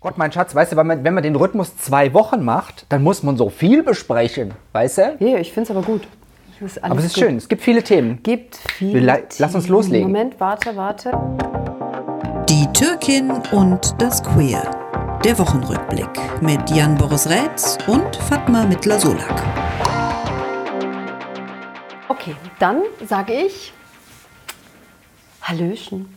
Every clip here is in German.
Gott, mein Schatz, weißt du, wenn man den Rhythmus 2 Wochen macht, dann muss man so viel besprechen, weißt du? Ja, ich finde es aber gut. Aber es ist schön, es gibt viele Themen. Lass uns loslegen. Moment, warte. Die Türkin und das Queer. Der Wochenrückblick mit Jan-Boris Rätz und Fatma Mittler-Solak. Okay, dann sage ich Hallöchen.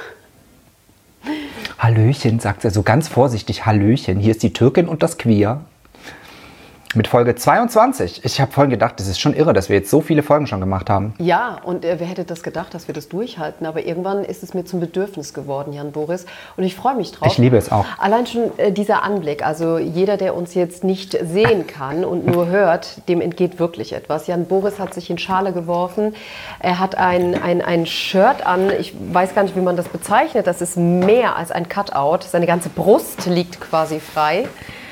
Hallöchen, sagt er so ganz vorsichtig. Hallöchen, hier ist die Türkin und das Queer. Mit Folge 22. Ich habe vorhin gedacht, das ist schon irre, dass wir jetzt so viele Folgen schon gemacht haben. Ja, und wer hätte das gedacht, dass wir das durchhalten? Aber irgendwann ist es mir zum Bedürfnis geworden, Jan-Boris. Und ich freue mich drauf. Ich liebe es auch. Allein schon dieser Anblick. Also jeder, der uns jetzt nicht sehen kann und nur hört, dem entgeht wirklich etwas. Jan-Boris hat sich in Schale geworfen. Er hat ein Shirt an. Ich weiß gar nicht, wie man das bezeichnet. Das ist mehr als ein Cutout. Seine ganze Brust liegt quasi frei.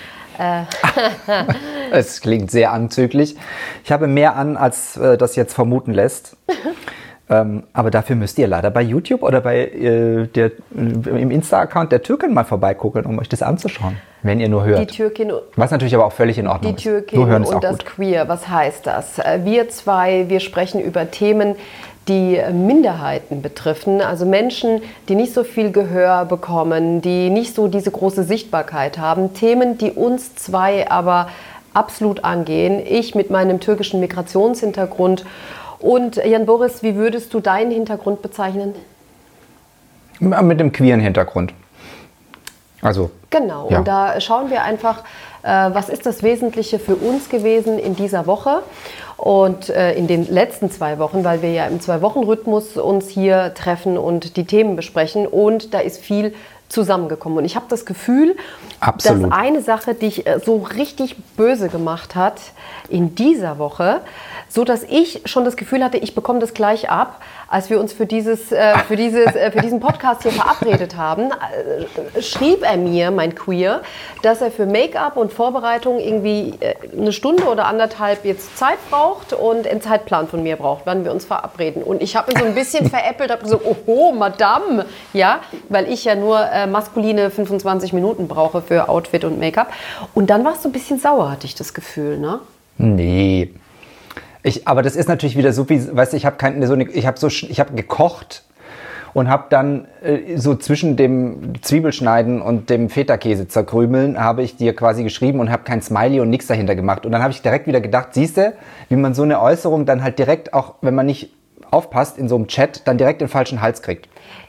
Es klingt sehr anzüglich. Ich habe mehr an, als das jetzt vermuten lässt. Aber dafür müsst ihr leider bei YouTube oder im Insta-Account der Türkin mal vorbeigucken, um euch das anzuschauen, wenn ihr nur hört. Die Türkin, was natürlich aber auch völlig in Ordnung ist. Die Türkin und das Queer, was heißt das? Wir sprechen über Themen, die Minderheiten betreffen, also Menschen, die nicht so viel Gehör bekommen, die nicht so diese große Sichtbarkeit haben. Themen, die uns zwei aber absolut angehen. Ich mit meinem türkischen Migrationshintergrund. Und Jan-Boris, wie würdest du deinen Hintergrund bezeichnen? Mit dem queeren Hintergrund. Also, genau, ja. Und da schauen wir einfach, was ist das Wesentliche für uns gewesen in dieser Woche und in den letzten 2 Wochen, weil wir ja im 2-Wochen-Rhythmus uns hier treffen und die Themen besprechen, und da ist viel zusammengekommen. Und ich habe das Gefühl, Absolut. dass eine Sache dich so richtig böse gemacht hat in dieser Woche, so dass ich schon das Gefühl hatte, ich bekomme das gleich ab, als wir uns für diesen Podcast hier verabredet haben, schrieb er mir, mein Queer, dass er für Make-up und Vorbereitung irgendwie 1 Stunde oder 1,5 jetzt Zeit braucht und einen Zeitplan von mir braucht, wann wir uns verabreden. Und ich habe ihn so ein bisschen veräppelt, habe gesagt, oho, Madame, ja, weil ich ja nur maskuline 25 Minuten brauche für Outfit und Make-up. Und dann warst du ein bisschen sauer, hatte ich das Gefühl, ne? Nee. Aber das ist natürlich wieder so wie, weißt du, ich habe gekocht und habe dann so zwischen dem Zwiebelschneiden und dem Feta-Käse zerkrümeln, habe ich dir quasi geschrieben und habe kein Smiley und nichts dahinter gemacht. Und dann habe ich direkt wieder gedacht, siehst du, wie man so eine Äußerung dann halt direkt, auch wenn man nicht aufpasst in so einem Chat, dann direkt den falschen Hals kriegt.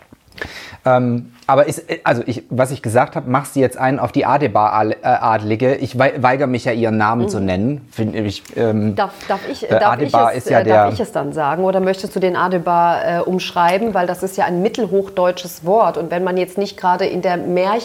Aber was ich gesagt habe, machst du jetzt einen auf die Adebar-Adlige. Ich weigere mich ja, ihren Namen zu nennen. Darf ich es dann sagen? Oder möchtest du den Adebar umschreiben? Weil das ist ja ein mittelhochdeutsches Wort. Und wenn man jetzt nicht gerade in der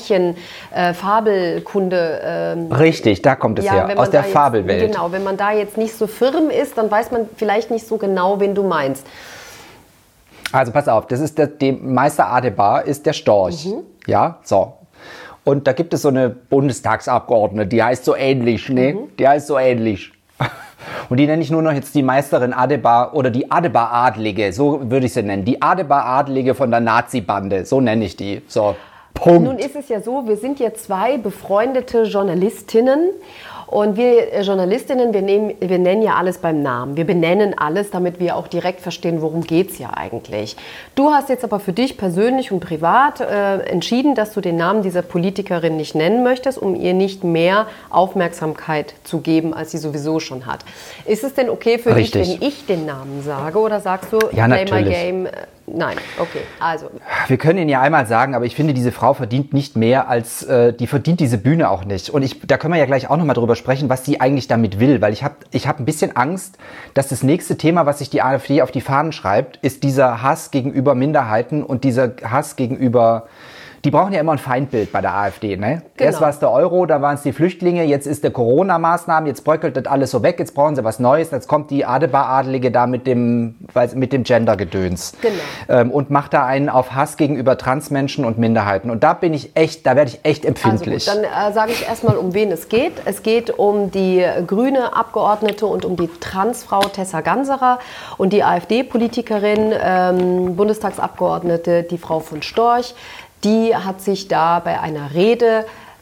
Fabelkunde... Richtig, da kommt es her, aus der Fabelwelt. Genau, wenn man da jetzt nicht so firm ist, dann weiß man vielleicht nicht so genau, wen du meinst. Also pass auf, das ist die Meister Adebar ist der Storch. Ja, so. Und da gibt es so eine Bundestagsabgeordnete, die heißt so ähnlich, ne? Die heißt so ähnlich. Und die nenne ich nur noch jetzt die Meisterin Adebar oder die Adebar-Adlige, so würde ich sie nennen. Die Adebar-Adlige von der Nazi-Bande, so nenne ich die. So, Punkt. Nun ist es ja so, wir sind ja 2 befreundete Journalistinnen. Und wir Journalistinnen, wir nennen ja alles beim Namen. Wir benennen alles, damit wir auch direkt verstehen, worum geht es ja eigentlich. Du hast jetzt aber für dich persönlich und privat entschieden, dass du den Namen dieser Politikerin nicht nennen möchtest, um ihr nicht mehr Aufmerksamkeit zu geben, als sie sowieso schon hat. Ist es denn okay für dich, wenn ich den Namen sage? Oder sagst du, ja, play natürlich. my game? Nein, okay, also. Wir können ihn ja einmal sagen, aber ich finde, diese Frau verdient nicht mehr als, die verdient diese Bühne auch nicht. Und da können wir ja gleich auch nochmal drüber sprechen, was sie eigentlich damit will, weil ich hab ein bisschen Angst, dass das nächste Thema, was sich die AfD auf die Fahnen schreibt, ist dieser Hass gegenüber Minderheiten und dieser Hass gegenüber... Die brauchen ja immer ein Feindbild bei der AfD, ne? Genau. Erst war es der Euro, da waren es die Flüchtlinge, jetzt ist der Corona-Maßnahmen, jetzt bröckelt das alles so weg, jetzt brauchen sie was Neues, jetzt kommt die Adebar-Adlige da mit dem Gender-Gedöns. Genau. Und macht da einen auf Hass gegenüber Transmenschen und Minderheiten. Und da werde ich echt empfindlich. Also gut, dann sage ich erstmal, um wen es geht. Es geht um die grüne Abgeordnete und um die Transfrau Tessa Ganserer und die AfD-Politikerin, Bundestagsabgeordnete, die Frau von Storch. Die hat sich da bei einer Rede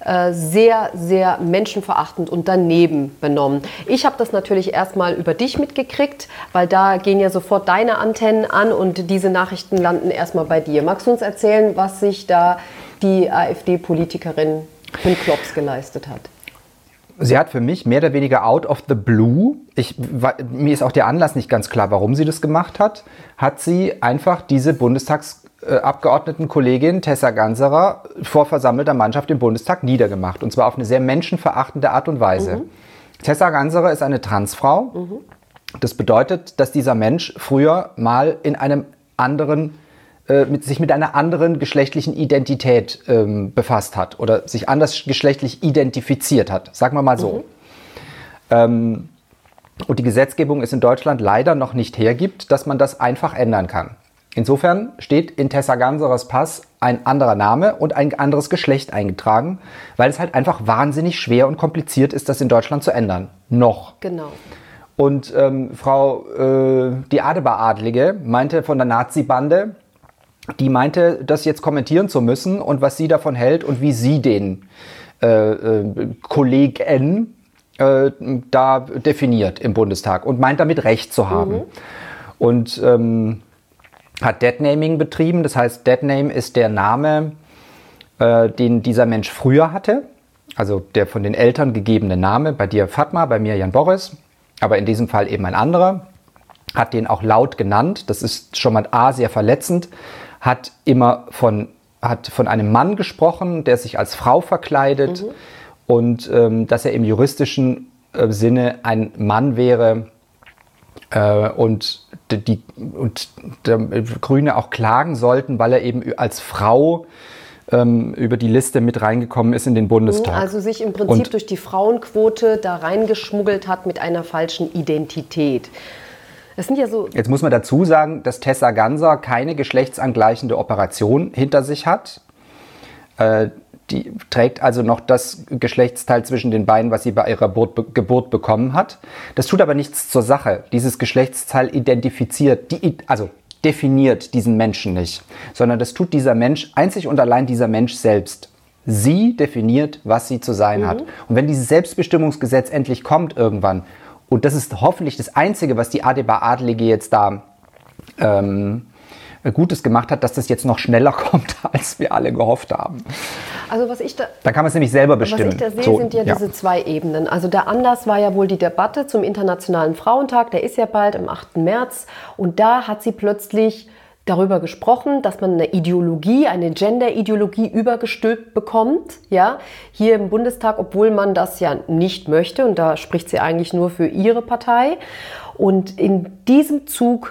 sehr, sehr menschenverachtend und daneben benommen. Ich habe das natürlich erstmal über dich mitgekriegt, weil da gehen ja sofort deine Antennen an und diese Nachrichten landen erstmal bei dir. Magst du uns erzählen, was sich da die AfD-Politikerin für einen Klops geleistet hat? Sie hat für mich mehr oder weniger out of the blue, mir ist auch der Anlass nicht ganz klar, warum sie das gemacht hat sie einfach diese Bundestagsabgeordnetenkollegin Tessa Ganserer vor versammelter Mannschaft im Bundestag niedergemacht. Und zwar auf eine sehr menschenverachtende Art und Weise. Tessa Ganserer ist eine Transfrau. Das bedeutet, dass dieser Mensch früher mal in einem anderen sich mit einer anderen geschlechtlichen Identität befasst hat oder sich anders geschlechtlich identifiziert hat, sagen wir mal so. Und die Gesetzgebung es in Deutschland leider noch nicht hergibt, dass man das einfach ändern kann. Insofern steht in Tessa Ganserers Pass ein anderer Name und ein anderes Geschlecht eingetragen, weil es halt einfach wahnsinnig schwer und kompliziert ist, das in Deutschland zu ändern. Noch. Genau. Und die Adebar-Adlige meinte von der Nazi-Bande, die meinte, das jetzt kommentieren zu müssen und was sie davon hält und wie sie den Kollegen da definiert im Bundestag und meint damit Recht zu haben. Und hat Deadnaming betrieben. Das heißt, Deadname ist der Name, den dieser Mensch früher hatte. Also der von den Eltern gegebene Name. Bei dir Fatma, bei mir Jan Boris. Aber in diesem Fall eben ein anderer. Hat den auch laut genannt. Das ist schon mal sehr verletzend. Hat von einem Mann gesprochen, der sich als Frau verkleidet und dass er im juristischen Sinne ein Mann wäre und die Grüne auch klagen sollten, weil er eben als Frau über die Liste mit reingekommen ist in den Bundestag. Also sich im Prinzip durch die Frauenquote da reingeschmuggelt hat mit einer falschen Identität. Das sind ja so. Jetzt muss man dazu sagen, dass Tessa Ganser keine geschlechtsangleichende Operation hinter sich hat. Die trägt also noch das Geschlechtsteil zwischen den Beinen, was sie bei ihrer Geburt bekommen hat. Das tut aber nichts zur Sache. Dieses Geschlechtsteil definiert diesen Menschen nicht, sondern das tut dieser Mensch, einzig und allein dieser Mensch selbst. Sie definiert, was sie zu sein hat. Und wenn dieses Selbstbestimmungsgesetz endlich kommt irgendwann, und das ist hoffentlich das Einzige, was die Adebar-Adlige jetzt da Gutes gemacht hat, dass das jetzt noch schneller kommt, als wir alle gehofft haben. Also da kann man es nämlich selber bestimmen. Was ich da sehe, sind ja diese zwei Ebenen. Also der Anlass war ja wohl die Debatte zum Internationalen Frauentag, der ist ja bald am 8. März. Und da hat sie plötzlich darüber gesprochen, dass man eine Ideologie, eine Gender-Ideologie übergestülpt bekommt, ja, hier im Bundestag, obwohl man das ja nicht möchte. Und da spricht sie eigentlich nur für ihre Partei. Und in diesem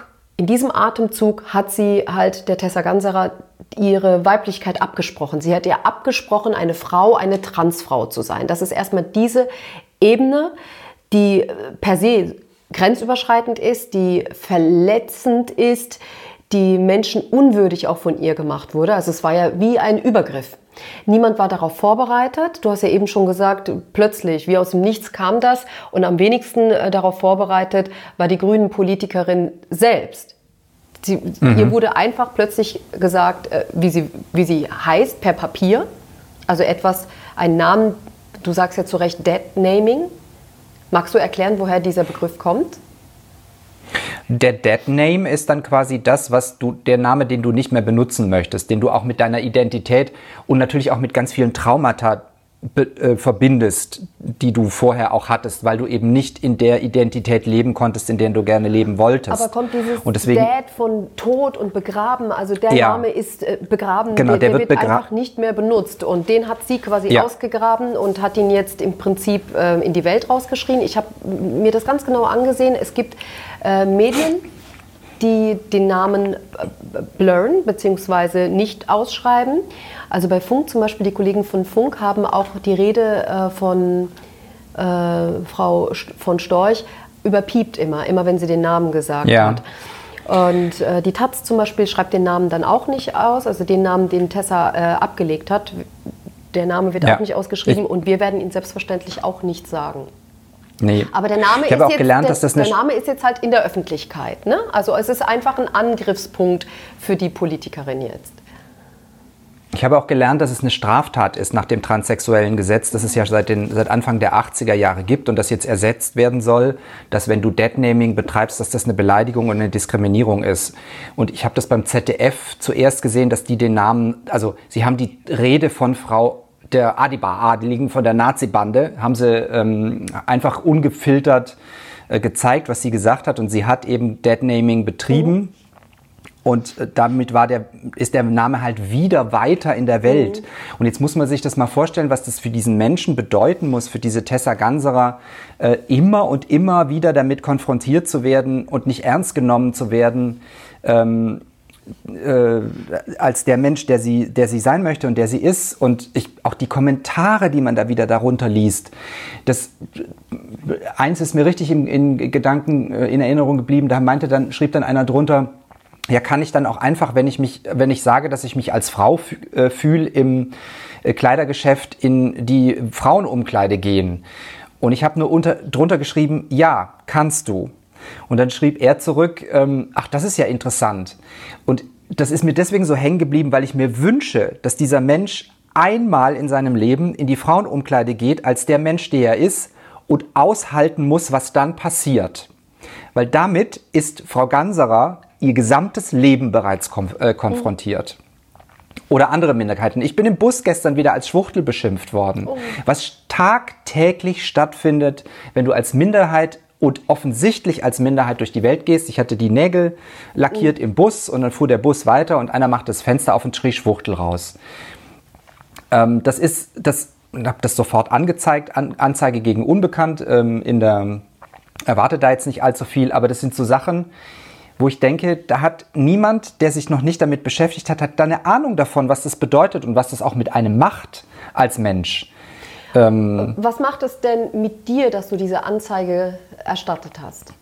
Atemzug hat sie halt der Tessa Ganserer ihre Weiblichkeit abgesprochen. Sie hat ihr abgesprochen, eine Frau, eine Transfrau zu sein. Das ist erstmal diese Ebene, die per se grenzüberschreitend ist, die verletzend ist, die Menschen unwürdig auch von ihr gemacht wurde. Also es war ja wie ein Übergriff. Niemand war darauf vorbereitet. Du hast ja eben schon gesagt, plötzlich, wie aus dem Nichts kam das. Und am wenigsten darauf vorbereitet war die grünen Politikerin selbst. Ihr wurde einfach plötzlich gesagt, wie sie heißt, per Papier. Also ein Namen, du sagst ja zu Recht Deadnaming. Magst du erklären, woher dieser Begriff kommt? Der Deadname ist dann quasi das, der Name, den du nicht mehr benutzen möchtest, den du auch mit deiner Identität und natürlich auch mit ganz vielen Traumata verbindest, die du vorher auch hattest, weil du eben nicht in der Identität leben konntest, in der du gerne leben wolltest. Aber kommt dieses Dad von Tod und Begraben, also der Name ist begraben, genau, der wird einfach nicht mehr benutzt und den hat sie quasi ausgegraben und hat ihn jetzt im Prinzip in die Welt rausgeschrien. Ich habe mir das ganz genau angesehen. Es gibt Medien, die den Namen blurren bzw. nicht ausschreiben. Also bei Funk zum Beispiel, die Kollegen von Funk haben auch die Rede von Frau von Storch überpiept immer wenn sie den Namen gesagt hat. Und die Taz zum Beispiel schreibt den Namen dann auch nicht aus, also den Namen, den Tessa abgelegt hat. Der Name wird auch nicht ausgeschrieben und wir werden ihn selbstverständlich auch nicht sagen. Nee. Aber der Name Name ist jetzt halt in der Öffentlichkeit. Ne? Also es ist einfach ein Angriffspunkt für die Politikerin jetzt. Ich habe auch gelernt, dass es eine Straftat ist nach dem transsexuellen Gesetz, das es ja seit Anfang der 80er Jahre gibt und das jetzt ersetzt werden soll, dass wenn du Deadnaming betreibst, dass das eine Beleidigung und eine Diskriminierung ist. Und ich habe das beim ZDF zuerst gesehen, dass die den Namen, also sie haben die Rede von Frau der Adiba-Adeligen von der Nazi-Bande, haben sie einfach ungefiltert gezeigt, was sie gesagt hat und sie hat eben Deadnaming betrieben. Und damit ist der Name halt wieder weiter in der Welt. Und jetzt muss man sich das mal vorstellen, was das für diesen Menschen bedeuten muss, für diese Tessa Ganserer, immer und immer wieder damit konfrontiert zu werden und nicht ernst genommen zu werden, als der Mensch, der sie sein möchte und der sie ist. Und auch die Kommentare, die man da wieder darunter liest, eins ist mir richtig in Gedanken, in Erinnerung geblieben, schrieb dann einer drunter, ja, kann ich dann auch einfach, wenn ich sage, dass ich mich als Frau fühle, im Kleidergeschäft in die Frauenumkleide gehen? Und ich habe nur drunter geschrieben, ja, kannst du. Und dann schrieb er zurück, ach, das ist ja interessant. Und das ist mir deswegen so hängen geblieben, weil ich mir wünsche, dass dieser Mensch einmal in seinem Leben in die Frauenumkleide geht, als der Mensch, der er ist, und aushalten muss, was dann passiert. Weil damit ist Frau Ganserer ihr gesamtes Leben bereits konfrontiert. Oder andere Minderheiten. Ich bin im Bus gestern wieder als Schwuchtel beschimpft worden. Was tagtäglich stattfindet, wenn du als Minderheit und offensichtlich als Minderheit durch die Welt gehst. Ich hatte die Nägel lackiert im Bus und dann fuhr der Bus weiter und einer macht das Fenster auf und schrie Schwuchtel raus. Ich habe das sofort angezeigt, Anzeige gegen Unbekannt. Erwarte da jetzt nicht allzu viel, aber das sind so Sachen, wo ich denke, da hat niemand, der sich noch nicht damit beschäftigt hat da eine Ahnung davon, was das bedeutet und was das auch mit einem macht als Mensch. Was macht es denn mit dir, dass du diese Anzeige erstattet hast?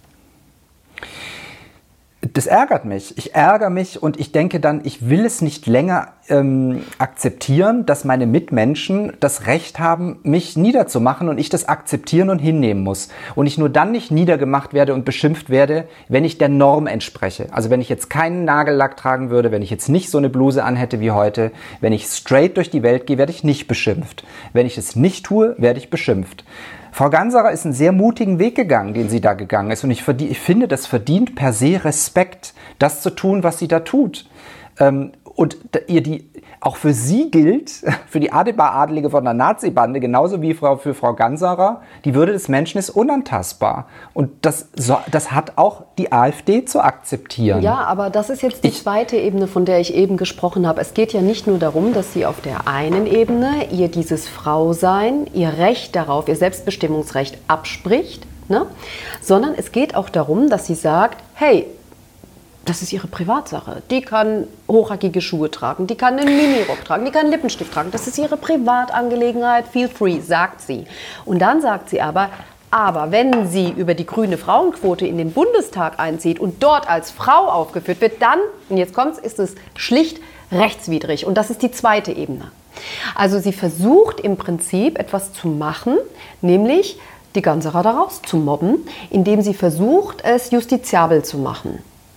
Das ärgert mich. Ich ärgere mich und ich denke dann, ich will es nicht länger akzeptieren, dass meine Mitmenschen das Recht haben, mich niederzumachen und ich das akzeptieren und hinnehmen muss. Und ich nur dann nicht niedergemacht werde und beschimpft werde, wenn ich der Norm entspreche. Also wenn ich jetzt keinen Nagellack tragen würde, wenn ich jetzt nicht so eine Bluse anhätte wie heute, wenn ich straight durch die Welt gehe, werde ich nicht beschimpft. Wenn ich es nicht tue, werde ich beschimpft. Frau Ganserer ist einen sehr mutigen Weg gegangen, den sie da gegangen ist. Und ich finde, das verdient per se Respekt, das zu tun, was sie da tut. Und auch für sie gilt, für die Adiba-Adelige von der Nazi-Bande, genauso wie für Frau Ganserer, die Würde des Menschen ist unantastbar. Und das hat auch die AfD zu akzeptieren. Ja, aber das ist jetzt die zweite Ebene, von der ich eben gesprochen habe. Es geht ja nicht nur darum, dass sie auf der einen Ebene ihr dieses Frausein, ihr Recht darauf, ihr Selbstbestimmungsrecht abspricht, ne? Sondern es geht auch darum, dass sie sagt, hey, das ist ihre Privatsache. Die kann hochhackige Schuhe tragen, die kann einen Minirock tragen, die kann einen Lippenstift tragen. Das ist ihre Privatangelegenheit, feel free, sagt sie. Und dann sagt sie aber wenn sie über die grüne Frauenquote in den Bundestag einzieht und dort als Frau aufgeführt wird, dann, und jetzt kommt's, ist es schlicht rechtswidrig. Und das ist die zweite Ebene. Also sie versucht im Prinzip etwas zu machen, nämlich die Ganserer daraus zu mobben, indem sie versucht, es justiziabel zu machen.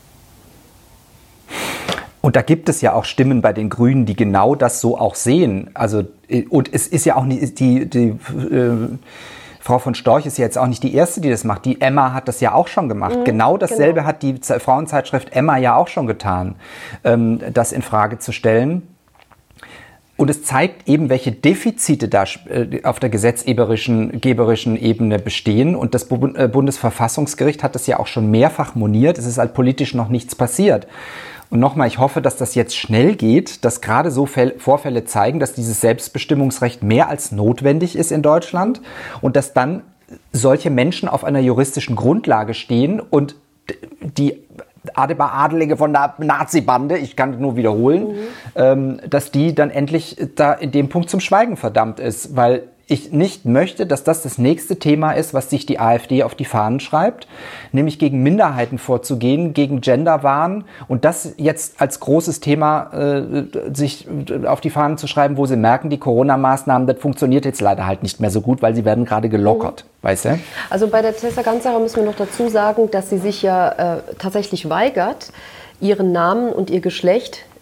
Und da gibt es ja auch Stimmen bei den Grünen, die genau das so auch sehen. Also, und es ist ja auch nicht, Frau von Storch ist ja jetzt auch nicht die Erste, die das macht. Die Emma hat das ja auch schon gemacht. Genau dasselbe hat die Frauenzeitschrift Emma ja auch schon getan, das in Frage zu stellen. Und es zeigt eben, welche Defizite da auf der gesetzgeberischen Ebene bestehen. Und das Bundesverfassungsgericht hat das ja auch schon mehrfach moniert. Es ist halt politisch noch nichts passiert. Und nochmal, ich hoffe, dass das jetzt schnell geht, dass gerade so Vorfälle zeigen, dass dieses Selbstbestimmungsrecht mehr als notwendig ist in Deutschland und dass dann solche Menschen auf einer juristischen Grundlage stehen und die Adiba-Adelige von der Nazi-Bande, ich kann es nur wiederholen, dass die dann endlich da in dem Punkt zum Schweigen verdammt ist, weil ich nicht möchte, dass das nächste Thema ist, was sich die AfD auf die Fahnen schreibt, nämlich gegen Minderheiten vorzugehen, gegen Genderwahn und das jetzt als großes Thema sich auf die Fahnen zu schreiben, wo sie merken, die Corona-Maßnahmen, das funktioniert jetzt leider halt nicht mehr so gut, weil sie werden gerade gelockert, weißt du? Also bei der Tessa Ganserer müssen wir noch dazu sagen, dass sie sich ja tatsächlich weigert, ihren Namen und ihr Geschlecht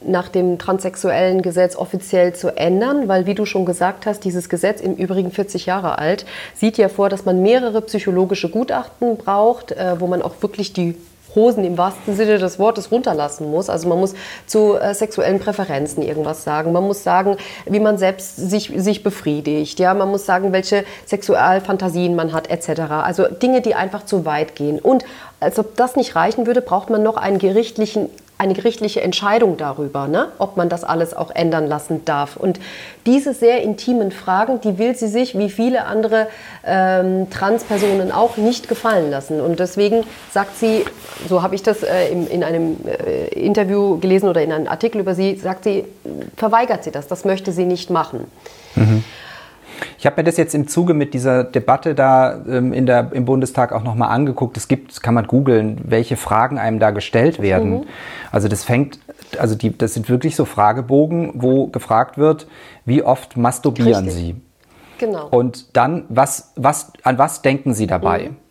nach dem transsexuellen Gesetz offiziell zu ändern, weil, wie du schon gesagt hast, dieses Gesetz, im Übrigen 40 Jahre alt, sieht ja vor, dass man mehrere psychologische Gutachten braucht, wo man auch wirklich die Hosen im wahrsten Sinne des Wortes runterlassen muss. Also man muss zu sexuellen Präferenzen irgendwas sagen. Man muss sagen, wie man selbst sich befriedigt. Ja? Man muss sagen, welche Sexualfantasien man hat etc. Also Dinge, die einfach zu weit gehen. Und als ob das nicht reichen würde, braucht man noch eine gerichtliche Entscheidung darüber, ne? Ob man das alles auch ändern lassen darf. Und diese sehr intimen Fragen, die will sie sich, wie viele andere Transpersonen auch, nicht gefallen lassen. Und deswegen sagt sie, so habe ich das in einem Interview gelesen oder in einem Artikel über sie, verweigert sie das. Das möchte sie nicht machen. Mhm. Ich habe mir das jetzt im Zuge mit dieser Debatte da im Bundestag auch nochmal angeguckt. Kann man googeln, welche Fragen einem da gestellt werden. Mhm. Also das sind wirklich so Fragebogen, wo gefragt wird, wie oft masturbieren Richtig. Sie? Genau. Und dann, an was denken Sie dabei? Mhm.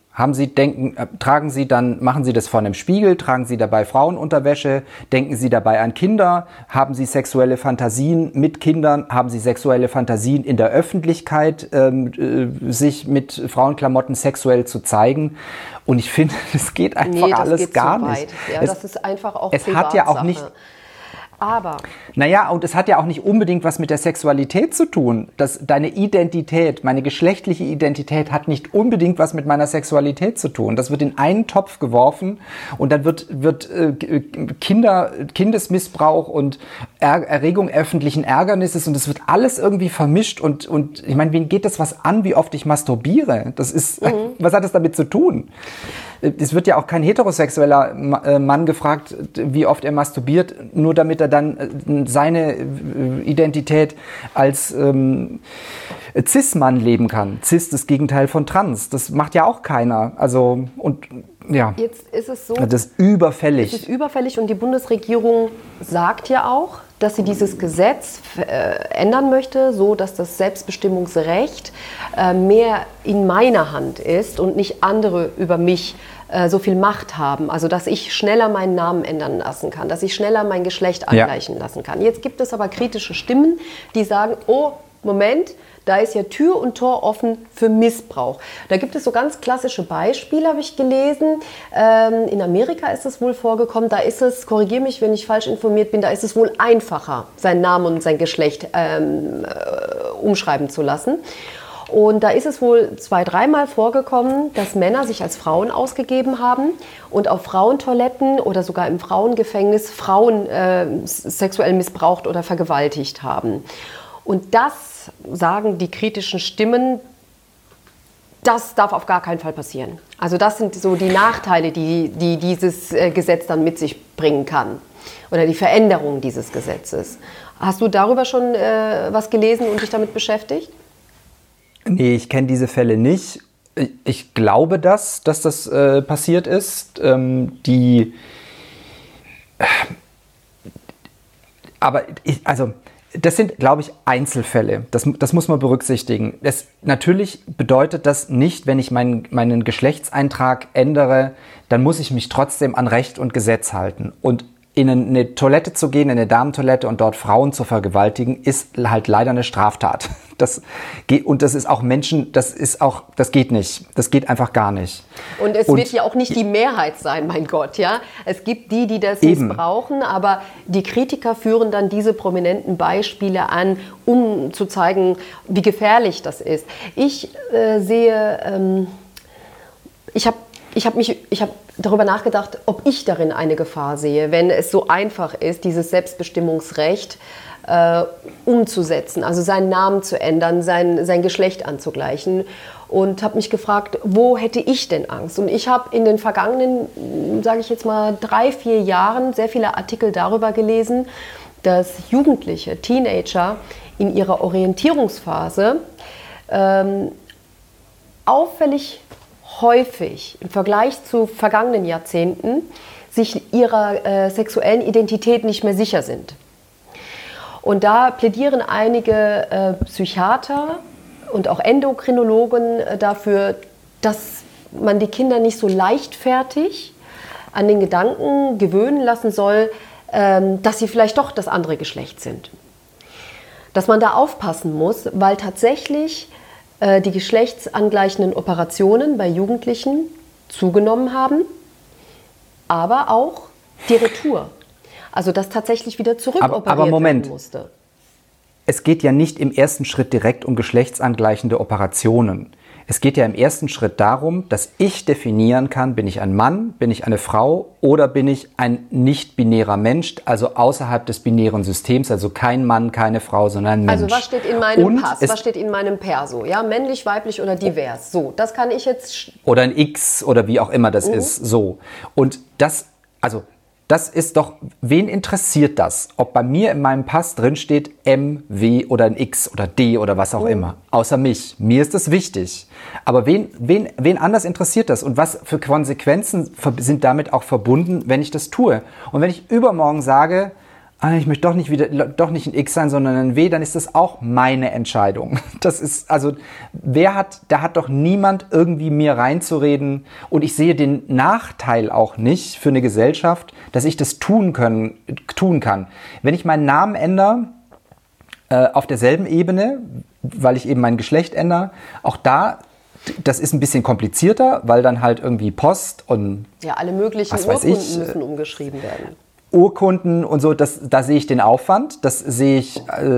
Machen Sie das vor einem Spiegel? Tragen Sie dabei Frauenunterwäsche? Denken Sie dabei an Kinder? Haben Sie sexuelle Fantasien mit Kindern? Haben Sie sexuelle Fantasien in der Öffentlichkeit, sich mit Frauenklamotten sexuell zu zeigen? Und ich finde, das geht einfach alles gar nicht. Ja, das ist einfach auch es hat ja auch nicht. Aber. Naja, und es hat ja auch nicht unbedingt was mit der Sexualität zu tun. Deine Identität, meine geschlechtliche Identität hat nicht unbedingt was mit meiner Sexualität zu tun. Das wird in einen Topf geworfen und dann wird Kindesmissbrauch und Erregung öffentlichen Ärgernisses und es wird alles irgendwie vermischt und ich meine, wen geht das was an, wie oft ich masturbiere? Was hat das damit zu tun? Es wird ja auch kein heterosexueller Mann gefragt, wie oft er masturbiert, nur damit er dann seine Identität als Cis-Mann leben kann. Cis, das Gegenteil von Trans. Das macht ja auch keiner. Also, und ja. Jetzt ist es so. Das ist überfällig. Es ist überfällig und die Bundesregierung sagt ja auch, dass sie dieses Gesetz ändern möchte, so dass das Selbstbestimmungsrecht mehr in meiner Hand ist und nicht andere über mich so viel Macht haben. Also dass ich schneller meinen Namen ändern lassen kann, dass ich schneller mein Geschlecht angleichen lassen kann. Jetzt gibt es aber kritische Stimmen, die sagen, oh, Moment, da ist ja Tür und Tor offen für Missbrauch. Da gibt es so ganz klassische Beispiele, habe ich gelesen. In Amerika ist es wohl vorgekommen. Da ist es, korrigiere mich, wenn ich falsch informiert bin, da ist es wohl einfacher, seinen Namen und sein Geschlecht umschreiben zu lassen. Und da ist es wohl 2-3 Mal vorgekommen, dass Männer sich als Frauen ausgegeben haben und auf Frauentoiletten oder sogar im Frauengefängnis Frauen sexuell missbraucht oder vergewaltigt haben. Und das, sagen die kritischen Stimmen, das darf auf gar keinen Fall passieren. Also das sind so die Nachteile, die dieses Gesetz dann mit sich bringen kann. Oder die Veränderung dieses Gesetzes. Hast du darüber schon was gelesen und dich damit beschäftigt? Nee, ich kenne diese Fälle nicht. Ich glaube, dass das passiert ist. Das sind, glaube ich, Einzelfälle. Das muss man berücksichtigen. Natürlich bedeutet das nicht, wenn ich meinen Geschlechtseintrag ändere, dann muss ich mich trotzdem an Recht und Gesetz halten. Und in eine Toilette zu gehen, in eine Damentoilette und dort Frauen zu vergewaltigen, ist halt leider eine Straftat. Das ist auch das geht nicht. Das geht einfach gar nicht. Und es wird ja auch nicht die Mehrheit sein, mein Gott, ja. Es gibt die das missbrauchen, aber die Kritiker führen dann diese prominenten Beispiele an, um zu zeigen, wie gefährlich das ist. Ich sehe, ich habe darüber nachgedacht, ob ich darin eine Gefahr sehe, wenn es so einfach ist, dieses Selbstbestimmungsrecht umzusetzen, also seinen Namen zu ändern, sein Geschlecht anzugleichen. Und habe mich gefragt, wo hätte ich denn Angst? Und ich habe in den vergangenen, sage ich jetzt mal, 3-4 Jahren sehr viele Artikel darüber gelesen, dass Jugendliche, Teenager in ihrer Orientierungsphase auffällig häufig im Vergleich zu vergangenen Jahrzehnten sich ihrer sexuellen Identität nicht mehr sicher sind. Und da plädieren einige Psychiater und auch Endokrinologen dafür, dass man die Kinder nicht so leichtfertig an den Gedanken gewöhnen lassen soll, dass sie vielleicht doch das andere Geschlecht sind. Dass man da aufpassen muss, weil tatsächlich die geschlechtsangleichenden Operationen bei Jugendlichen zugenommen haben, aber auch die Retour. Also dass tatsächlich wieder zurückoperiert werden musste. Es geht ja nicht im ersten Schritt direkt um geschlechtsangleichende Operationen. Es geht ja im ersten Schritt darum, dass ich definieren kann, bin ich ein Mann, bin ich eine Frau oder bin ich ein nicht-binärer Mensch, also außerhalb des binären Systems, also kein Mann, keine Frau, sondern ein Mensch. Also was steht in meinem Pass, was steht in meinem Perso? Ja, männlich, weiblich oder divers. So, das kann ich jetzt... Oder ein X oder wie auch immer das ist, so. Und das ist doch, wen interessiert das? Ob bei mir in meinem Pass drin steht M, W oder ein X oder D oder was auch immer. Außer mich. Mir ist das wichtig. Aber wen anders interessiert das? Und was für Konsequenzen sind damit auch verbunden, wenn ich das tue? Und wenn ich übermorgen sage, ich möchte doch nicht ein X sein, sondern ein W, dann ist das auch meine Entscheidung. Das ist, also, da hat doch niemand irgendwie mir reinzureden. Und ich sehe den Nachteil auch nicht für eine Gesellschaft, dass ich das tun kann. Wenn ich meinen Namen ändere, auf derselben Ebene, weil ich eben mein Geschlecht ändere, auch das ist ein bisschen komplizierter, weil dann halt irgendwie Post und... Ja, alle möglichen Urkunden müssen umgeschrieben werden. Urkunden und so, da sehe ich den Aufwand, da sehe ich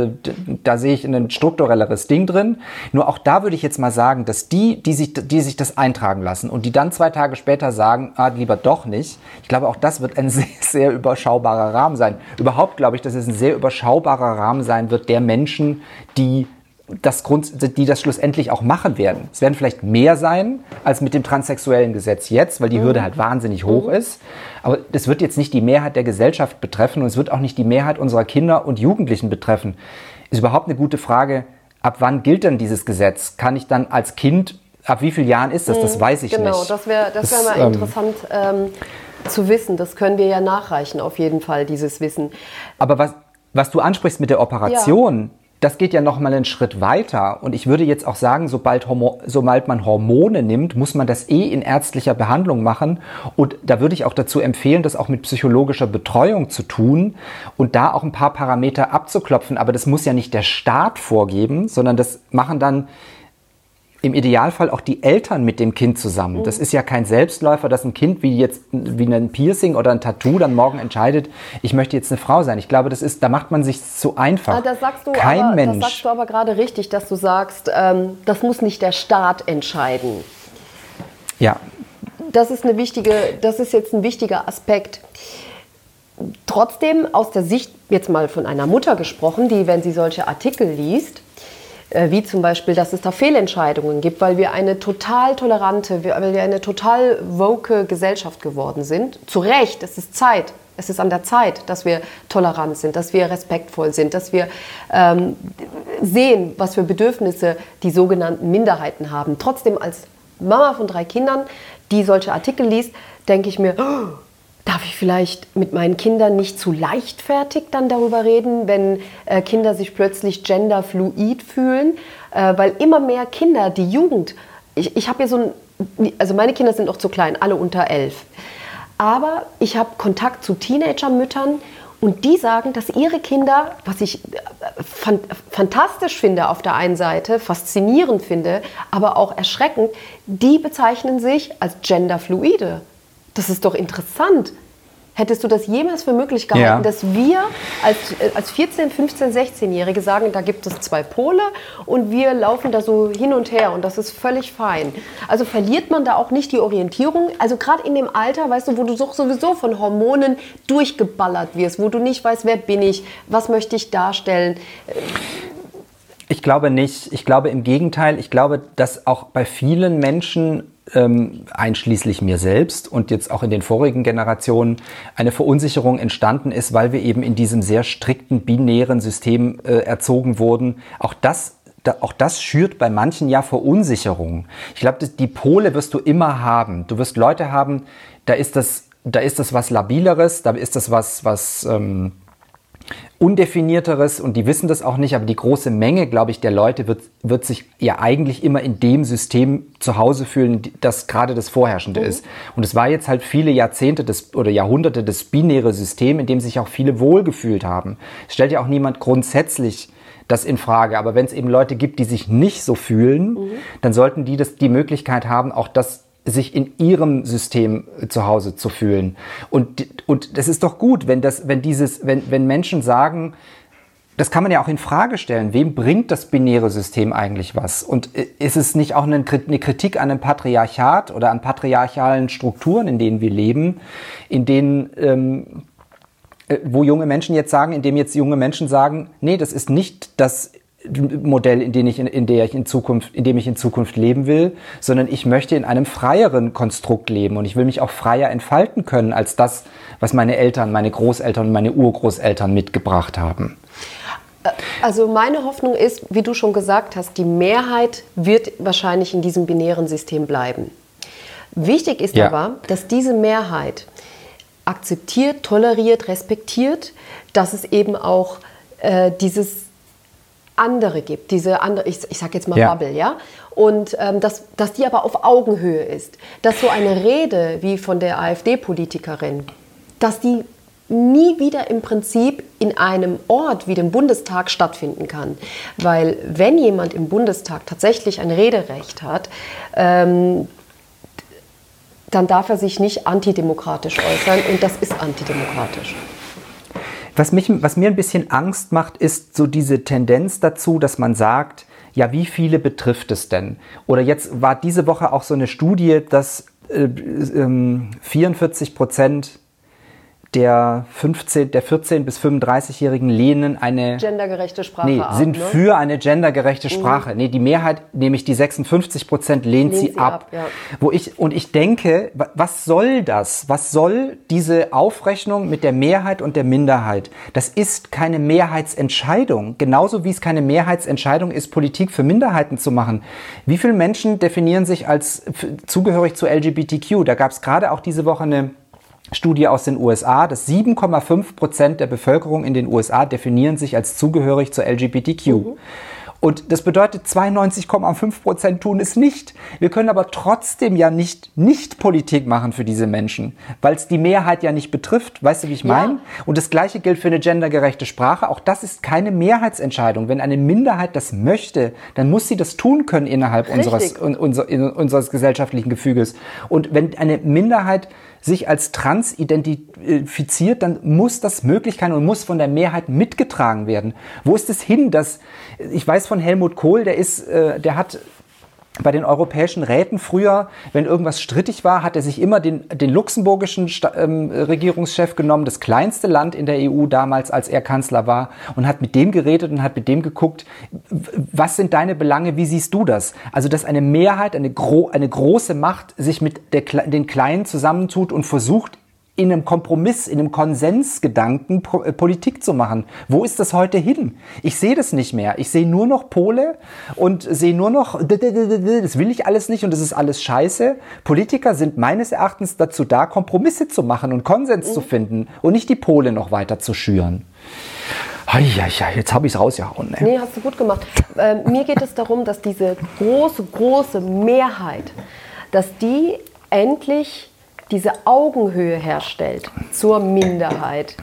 ein strukturelleres Ding drin. Nur auch da würde ich jetzt mal sagen, dass die sich das eintragen lassen und die dann 2 Tage später sagen, lieber doch nicht. Ich glaube, auch das wird ein sehr, sehr überschaubarer Rahmen sein. Überhaupt glaube ich, dass es ein sehr überschaubarer Rahmen sein wird der Menschen, die das schlussendlich auch machen werden. Es werden vielleicht mehr sein als mit dem transsexuellen Gesetz jetzt, weil die Hürde halt wahnsinnig hoch ist. Aber es wird jetzt nicht die Mehrheit der Gesellschaft betreffen und es wird auch nicht die Mehrheit unserer Kinder und Jugendlichen betreffen. Ist überhaupt eine gute Frage, ab wann gilt denn dieses Gesetz? Kann ich dann als Kind, ab wie vielen Jahren ist das? Das weiß ich nicht. Genau, das wär mal interessant zu wissen. Das können wir ja nachreichen, auf jeden Fall, dieses Wissen. Aber was du ansprichst mit der Operation... Ja. Das geht ja noch mal einen Schritt weiter. Und ich würde jetzt auch sagen, sobald man Hormone nimmt, muss man das in ärztlicher Behandlung machen. Und da würde ich auch dazu empfehlen, das auch mit psychologischer Betreuung zu tun und da auch ein paar Parameter abzuklopfen. Aber das muss ja nicht der Staat vorgeben, sondern das machen dann im Idealfall auch die Eltern mit dem Kind zusammen. Das ist ja kein Selbstläufer, dass ein Kind wie ein Piercing oder ein Tattoo dann morgen entscheidet, ich möchte jetzt eine Frau sein. Ich glaube, da macht man sich zu einfach. Das sagst du aber gerade richtig, dass du sagst, das muss nicht der Staat entscheiden. Ja. Das ist jetzt ein wichtiger Aspekt. Trotzdem, aus der Sicht, jetzt mal von einer Mutter gesprochen, die, wenn sie solche Artikel liest, wie zum Beispiel, dass es da Fehlentscheidungen gibt, weil wir eine total tolerante, weil wir eine total woke Gesellschaft geworden sind. Zu Recht, es ist Zeit. Es ist an der Zeit, dass wir tolerant sind, dass wir respektvoll sind, dass wir sehen, was für Bedürfnisse die sogenannten Minderheiten haben. Trotzdem als Mama von 3 Kindern, die solche Artikel liest, denke ich mir, darf ich vielleicht mit meinen Kindern nicht zu leichtfertig dann darüber reden, wenn Kinder sich plötzlich genderfluid fühlen? Weil immer mehr Kinder, die Jugend, ich habe hier also meine Kinder sind noch zu klein, alle unter 11. Aber ich habe Kontakt zu Teenagermüttern und die sagen, dass ihre Kinder, was ich fantastisch finde auf der einen Seite, faszinierend finde, aber auch erschreckend, die bezeichnen sich als genderfluide. Das ist doch interessant. Hättest du das jemals für möglich gehalten, dass wir als 14-, 15-, 16-Jährige sagen, da gibt es 2 Pole und wir laufen da so hin und her und das ist völlig fein. Also verliert man da auch nicht die Orientierung? Also gerade in dem Alter, weißt du, wo du sowieso von Hormonen durchgeballert wirst, wo du nicht weißt, wer bin ich, was möchte ich darstellen. Ich glaube nicht. Ich glaube im Gegenteil. Ich glaube, dass auch bei vielen Menschen, einschließlich mir selbst und jetzt auch in den vorigen Generationen, eine Verunsicherung entstanden ist, weil wir eben in diesem sehr strikten binären System erzogen wurden. Auch das schürt bei manchen ja Verunsicherung. Ich glaube, die Pole wirst du immer haben. Du wirst Leute haben, da ist das was Labileres, da ist das was undefinierteres, und die wissen das auch nicht, aber die große Menge, glaube ich, der Leute wird sich ja eigentlich immer in dem System zu Hause fühlen, das gerade das Vorherrschende ist. Und es war jetzt halt viele Jahrzehnte oder Jahrhunderte das binäre System, in dem sich auch viele wohlgefühlt haben. Es stellt ja auch niemand grundsätzlich das in Frage. Aber wenn es eben Leute gibt, die sich nicht so fühlen, dann sollten die Möglichkeit haben, auch das sich in ihrem System zu Hause zu fühlen. Und das ist doch gut, wenn Menschen sagen, das kann man ja auch in Frage stellen, wem bringt das binäre System eigentlich was? Und ist es nicht auch eine Kritik an einem Patriarchat oder an patriarchalen Strukturen, in denen wir leben, in denen, wo junge Menschen jetzt sagen, nee, das ist nicht das Modell, in dem ich in Zukunft leben will, sondern ich möchte in einem freieren Konstrukt leben und ich will mich auch freier entfalten können als das, was meine Eltern, meine Großeltern und meine Urgroßeltern mitgebracht haben. Also meine Hoffnung ist, wie du schon gesagt hast, die Mehrheit wird wahrscheinlich in diesem binären System bleiben. Wichtig ist aber, dass diese Mehrheit akzeptiert, toleriert, respektiert, dass es eben auch dieses andere gibt, diese andere, ich sage jetzt mal Bubble, ja, und dass die aber auf Augenhöhe ist, dass so eine Rede wie von der AfD-Politikerin, dass die nie wieder im Prinzip in einem Ort wie dem Bundestag stattfinden kann, weil wenn jemand im Bundestag tatsächlich ein Rederecht hat, dann darf er sich nicht antidemokratisch äußern und das ist antidemokratisch. Was mir ein bisschen Angst macht, ist so diese Tendenz dazu, dass man sagt, ja, wie viele betrifft es denn? Oder jetzt war diese Woche auch so eine Studie, dass 44% der 14- bis 35-Jährigen lehnen eine gendergerechte Sprache ab, sind für eine gendergerechte Sprache. Die Mehrheit, nämlich die 56%, lehnt sie ab. Ja. Ich denke, was soll das? Was soll diese Aufrechnung mit der Mehrheit und der Minderheit? Das ist keine Mehrheitsentscheidung. Genauso wie es keine Mehrheitsentscheidung ist, Politik für Minderheiten zu machen. Wie viele Menschen definieren sich als zugehörig zu LGBTQ? Da gab es gerade auch diese Woche eine Studie aus den USA, dass 7,5% der Bevölkerung in den USA definieren sich als zugehörig zur LGBTQ. Und das bedeutet, 92,5% tun es nicht. Wir können aber trotzdem ja nicht Politik machen für diese Menschen, weil es die Mehrheit ja nicht betrifft. Weißt du, wie ich meine? Ja. Und das Gleiche gilt für eine gendergerechte Sprache. Auch das ist keine Mehrheitsentscheidung. Wenn eine Minderheit das möchte, dann muss sie das tun können innerhalb unseres gesellschaftlichen Gefüges. Und wenn eine Minderheit sich als trans identifiziert, dann muss das möglich sein und muss von der Mehrheit mitgetragen werden. Wo ist es hin, dass, ich weiß von Helmut Kohl, der hat bei den europäischen Räten früher, wenn irgendwas strittig war, hat er sich immer den luxemburgischen Regierungschef genommen, das kleinste Land in der EU damals, als er Kanzler war, und hat mit dem geredet und hat mit dem geguckt, was sind deine Belange, wie siehst du das? Also, dass eine Mehrheit, eine große Macht sich mit den Kleinen zusammentut und versucht, in einem Kompromiss, in einem Konsensgedanken Politik zu machen. Wo ist das heute hin? Ich sehe das nicht mehr. Ich sehe nur noch Pole und sehe nur noch, das will ich alles nicht und das ist alles scheiße. Politiker sind meines Erachtens dazu da, Kompromisse zu machen und Konsens zu finden und nicht die Pole noch weiter zu schüren. Jetzt habe ich es rausgehauen. Ne? Nee, hast du gut gemacht. Mir geht es darum, dass diese große Mehrheit, dass die endlich diese Augenhöhe herstellt zur Minderheit.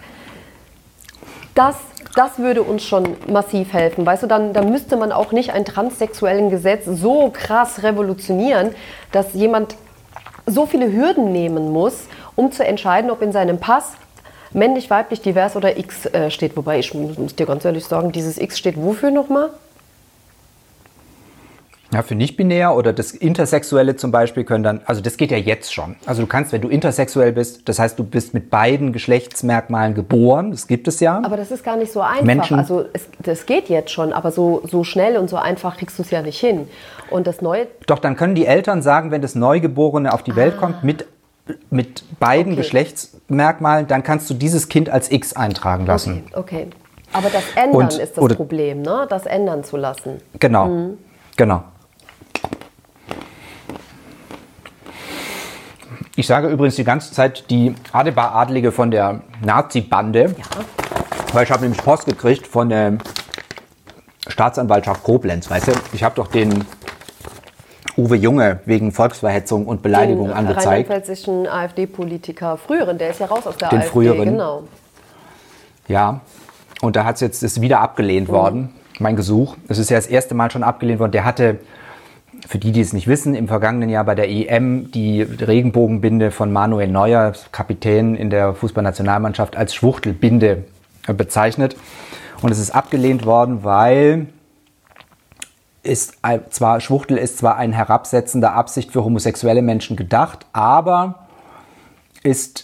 Das würde uns schon massiv helfen. Weißt du, dann müsste man auch nicht ein transsexuellen Gesetz so krass revolutionieren, dass jemand so viele Hürden nehmen muss, um zu entscheiden, ob in seinem Pass männlich, weiblich, divers oder X steht. Wobei, ich muss dir ganz ehrlich sagen, dieses X steht wofür nochmal? Ja, für nicht-binär oder das Intersexuelle zum Beispiel können dann, also das geht ja jetzt schon. Also du kannst, wenn du intersexuell bist, das heißt, du bist mit beiden Geschlechtsmerkmalen geboren, das gibt es ja. Aber das ist gar nicht so einfach. Also das geht jetzt schon, aber so schnell und so einfach kriegst du es ja nicht hin. Und das Neue... Doch, dann können die Eltern sagen, wenn das Neugeborene auf die Welt kommt, mit beiden Geschlechtsmerkmalen, dann kannst du dieses Kind als X eintragen lassen. Okay. Aber das Ändern ist das Problem, ne? Das ändern zu lassen. Genau, genau. Ich sage übrigens die ganze Zeit die Adebar-Adlige von der Nazi-Bande. Weil ich habe nämlich Post gekriegt von der Staatsanwaltschaft Koblenz, weißt du? Ich habe doch den Uwe Junge wegen Volksverhetzung und Beleidigung angezeigt. Den rheinland-pfälzischen AfD-Politiker, früheren, der ist ja raus aus der den AfD. Früheren. Genau. Ja, und da ist wieder abgelehnt worden, mein Gesuch. Es ist ja das erste Mal schon abgelehnt worden. Der hatte, für die es nicht wissen, im vergangenen Jahr bei der EM die Regenbogenbinde von Manuel Neuer, Kapitän in der Fußballnationalmannschaft, als Schwuchtelbinde bezeichnet. Und es ist abgelehnt worden, weil Schwuchtel ist zwar ein herabsetzender Absicht für homosexuelle Menschen gedacht, aber ist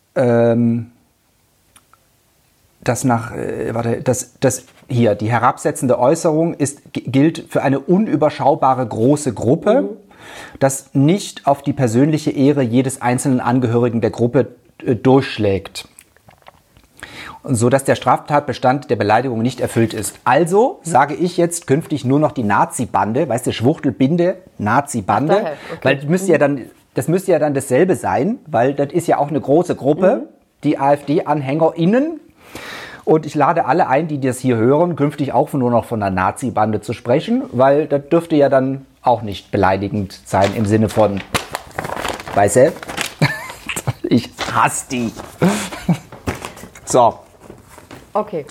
die herabsetzende Äußerung gilt für eine unüberschaubare große Gruppe, das nicht auf die persönliche Ehre jedes einzelnen Angehörigen der Gruppe durchschlägt, sodass der Straftatbestand der Beleidigung nicht erfüllt ist. Also sage ich jetzt künftig nur noch die Nazi-Bande, weißt du, Schwuchtelbinde, Nazi-Bande, okay. Weil das müsste ja dann dasselbe sein, weil das ist ja auch eine große Gruppe, die AfD-AnhängerInnen. Und ich lade alle ein, die das hier hören, künftig auch nur noch von der Nazi-Bande zu sprechen, weil das dürfte ja dann auch nicht beleidigend sein im Sinne von, weißt du, ich hasse die. So. Okay.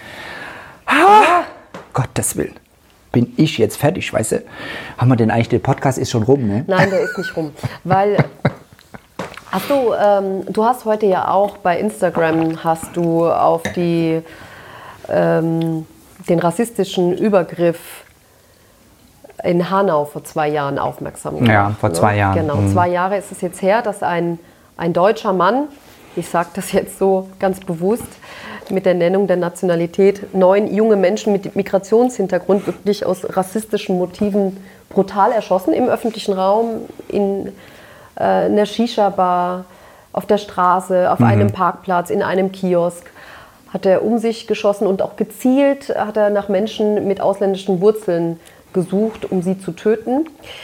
Gottes Willen. Bin ich jetzt fertig, weißt du? Haben wir denn eigentlich, der Podcast ist schon rum, ne? Nein, der ist nicht rum. Weil, du hast heute ja auch bei Instagram, hast du auf den rassistischen Übergriff in Hanau vor 2 Jahren aufmerksam gemacht. Ja, vor 2 Jahren. Genau, 2 Jahre ist es jetzt her, dass ein deutscher Mann, ich sage das jetzt so ganz bewusst, mit der Nennung der Nationalität 9 junge Menschen mit Migrationshintergrund wirklich aus rassistischen Motiven brutal erschossen im öffentlichen Raum, in einer Shisha-Bar, auf der Straße, auf einem Parkplatz, in einem Kiosk. Hat er um sich geschossen und auch gezielt hat er nach Menschen mit ausländischen Wurzeln gesucht, um sie zu töten.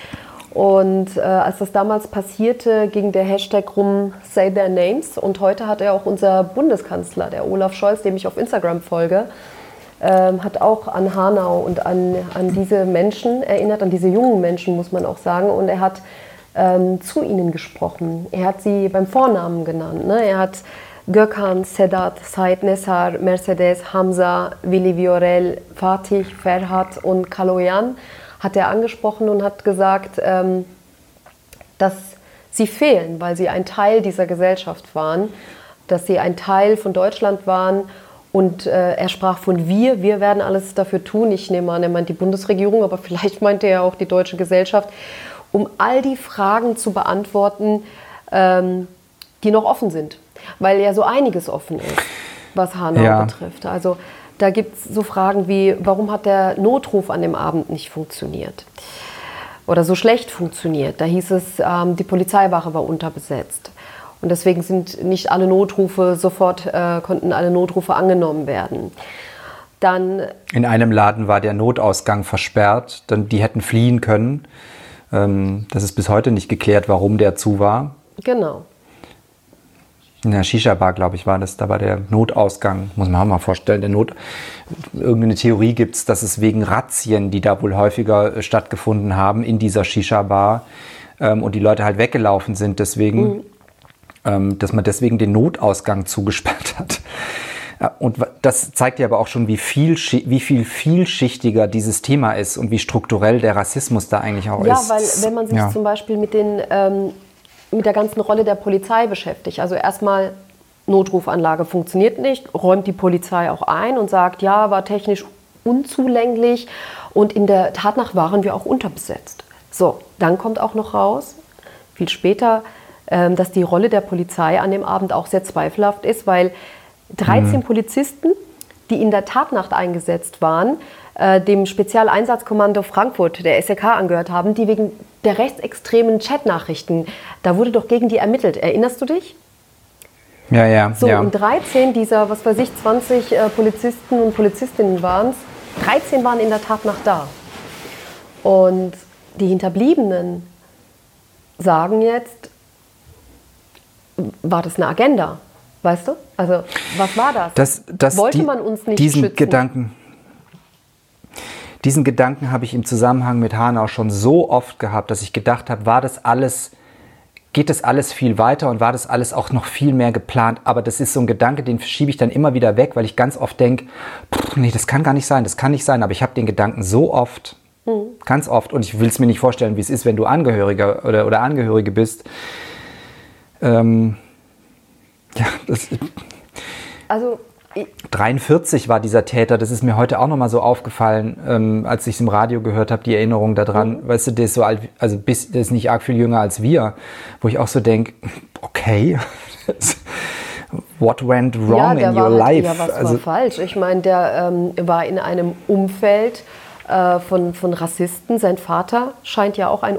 Und als das damals passierte, ging der Hashtag rum, Say Their Names. Und heute hat auch unser Bundeskanzler, der Olaf Scholz, dem ich auf Instagram folge, hat auch an Hanau und an diese Menschen erinnert, an diese jungen Menschen, muss man auch sagen. Und er hat zu ihnen gesprochen. Er hat sie beim Vornamen genannt. Ne? Er hat Gökhan, Sedat, Said Nessar, Mercedes, Hamza, Willi Viorel, Fatih, Ferhat und Kaloyan hat er angesprochen und hat gesagt, dass sie fehlen, weil sie ein Teil dieser Gesellschaft waren, dass sie ein Teil von Deutschland waren. Und er sprach von wir werden alles dafür tun. Ich nehme an, er meint die Bundesregierung, aber vielleicht meinte er auch die deutsche Gesellschaft, um all die Fragen zu beantworten, die noch offen sind. Weil ja so einiges offen ist, was Hanau betrifft. Also da gibt es so Fragen wie, warum hat der Notruf an dem Abend nicht funktioniert? Oder so schlecht funktioniert. Da hieß es, die Polizeiwache war unterbesetzt. Und deswegen sind nicht alle Notrufe konnten alle Notrufe angenommen werden. Dann in einem Laden war der Notausgang versperrt, die hätten fliehen können. Das ist bis heute nicht geklärt, warum der zu war. Genau. In der Shisha-Bar, glaube ich, war das. Da war der Notausgang, muss man auch mal vorstellen. Irgendeine Theorie gibt es, dass es wegen Razzien, die da wohl häufiger stattgefunden haben, in dieser Shisha-Bar und die Leute halt weggelaufen sind, deswegen, dass man deswegen den Notausgang zugesperrt hat. Und das zeigt ja aber auch schon, wie viel vielschichtiger dieses Thema ist und wie strukturell der Rassismus da eigentlich auch ist. Ja, weil wenn man sich zum Beispiel mit der ganzen Rolle der Polizei beschäftigt. Also erstmal, Notrufanlage funktioniert nicht, räumt die Polizei auch ein und sagt, ja, war technisch unzulänglich und in der Tatnacht waren wir auch unterbesetzt. So, dann kommt auch noch raus, viel später, dass die Rolle der Polizei an dem Abend auch sehr zweifelhaft ist, weil 13 Polizisten, die in der Tatnacht eingesetzt waren, dem Spezialeinsatzkommando Frankfurt, der SEK, angehört haben, die wegen der rechtsextremen Chatnachrichten, da wurde doch gegen die ermittelt. Erinnerst du dich? Ja. So, und 13 dieser, 20 Polizisten und Polizistinnen waren es, 13 waren in der Tatnacht da. Und die Hinterbliebenen sagen jetzt, war das eine Agenda? Weißt du? Also, was war das? Wollte man uns nicht schützen? Diesen Gedanken habe ich im Zusammenhang mit Hanau schon so oft gehabt, dass ich gedacht habe, geht das alles viel weiter und war das alles auch noch viel mehr geplant? Aber das ist so ein Gedanke, den schiebe ich dann immer wieder weg, weil ich ganz oft denke, nee, das kann gar nicht sein, das kann nicht sein. Aber ich habe den Gedanken so oft, ganz oft, und ich will es mir nicht vorstellen, wie es ist, wenn du Angehöriger oder Angehörige bist. Also 43 war dieser Täter, das ist mir heute auch nochmal so aufgefallen, als ich es im Radio gehört habe, die Erinnerung daran. Weißt du, der ist so alt, also der ist nicht arg viel jünger als wir, wo ich auch so denke, okay, what went wrong in your life? Ja, was war falsch? Ich meine, der war in einem Umfeld von Rassisten. Sein Vater scheint ja auch ein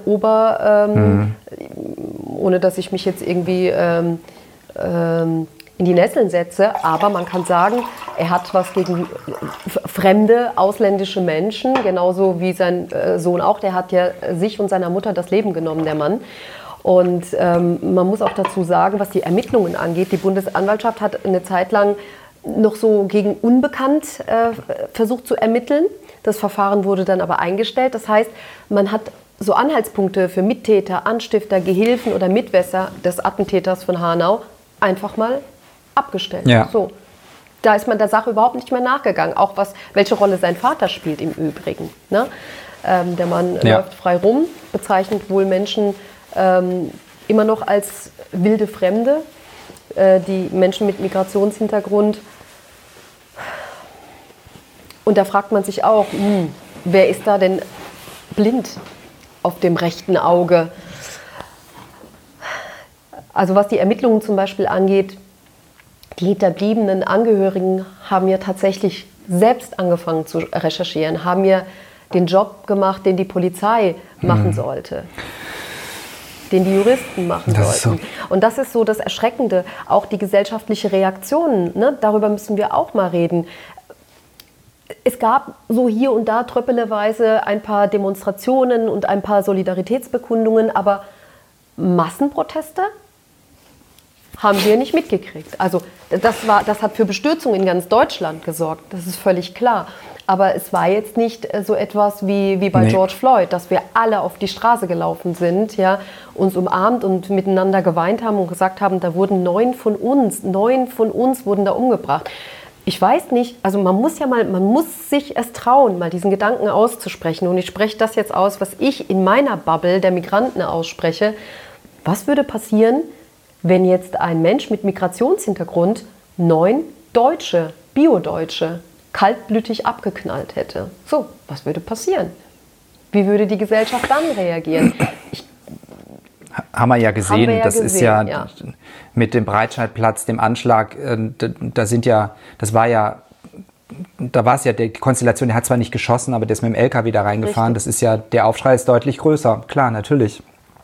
ohne dass ich mich jetzt irgendwie in die Nesseln setze, aber man kann sagen, er hat was gegen fremde, ausländische Menschen, genauso wie sein Sohn auch, der hat ja sich und seiner Mutter das Leben genommen, der Mann. Und man muss auch dazu sagen, was die Ermittlungen angeht, die Bundesanwaltschaft hat eine Zeit lang noch so gegen Unbekannt versucht zu ermitteln. Das Verfahren wurde dann aber eingestellt. Das heißt, man hat so Anhaltspunkte für Mittäter, Anstifter, Gehilfen oder Mitwisser des Attentäters von Hanau einfach mal abgestellt. Ja. So. Da ist man der Sache überhaupt nicht mehr nachgegangen. Auch welche Rolle sein Vater spielt im Übrigen. Ne? Der Mann läuft frei rum, bezeichnet wohl Menschen immer noch als wilde Fremde. Die Menschen mit Migrationshintergrund. Und da fragt man sich auch, wer ist da denn blind auf dem rechten Auge? Also was die Ermittlungen zum Beispiel angeht, die hinterbliebenen Angehörigen haben ja tatsächlich selbst angefangen zu recherchieren, haben ja den Job gemacht, den die Polizei machen sollte, den die Juristen machen sollten. Und das ist so das Erschreckende, auch die gesellschaftliche Reaktion, ne? Darüber müssen wir auch mal reden. Es gab so hier und da tröppeleweise ein paar Demonstrationen und ein paar Solidaritätsbekundungen, aber Massenproteste haben wir nicht mitgekriegt. Also das hat für Bestürzung in ganz Deutschland gesorgt, das ist völlig klar. Aber es war jetzt nicht so etwas wie bei George Floyd, dass wir alle auf die Straße gelaufen sind, ja, uns umarmt und miteinander geweint haben und gesagt haben, da wurden 9 von uns wurden da umgebracht. Ich weiß nicht, also man muss sich es trauen, mal diesen Gedanken auszusprechen. Und ich spreche das jetzt aus, was ich in meiner Bubble der Migranten ausspreche. Was würde passieren, wenn jetzt ein Mensch mit Migrationshintergrund 9 Deutsche, Bio-Deutsche, kaltblütig abgeknallt hätte? So, was würde passieren? Wie würde die Gesellschaft dann reagieren? Haben wir ja gesehen, ist ja mit dem Breitscheidplatz, dem Anschlag, da war es ja die Konstellation, der hat zwar nicht geschossen, aber der ist mit dem LKW da reingefahren. Richtig. Das ist ja, der Aufschrei ist deutlich größer, klar, natürlich.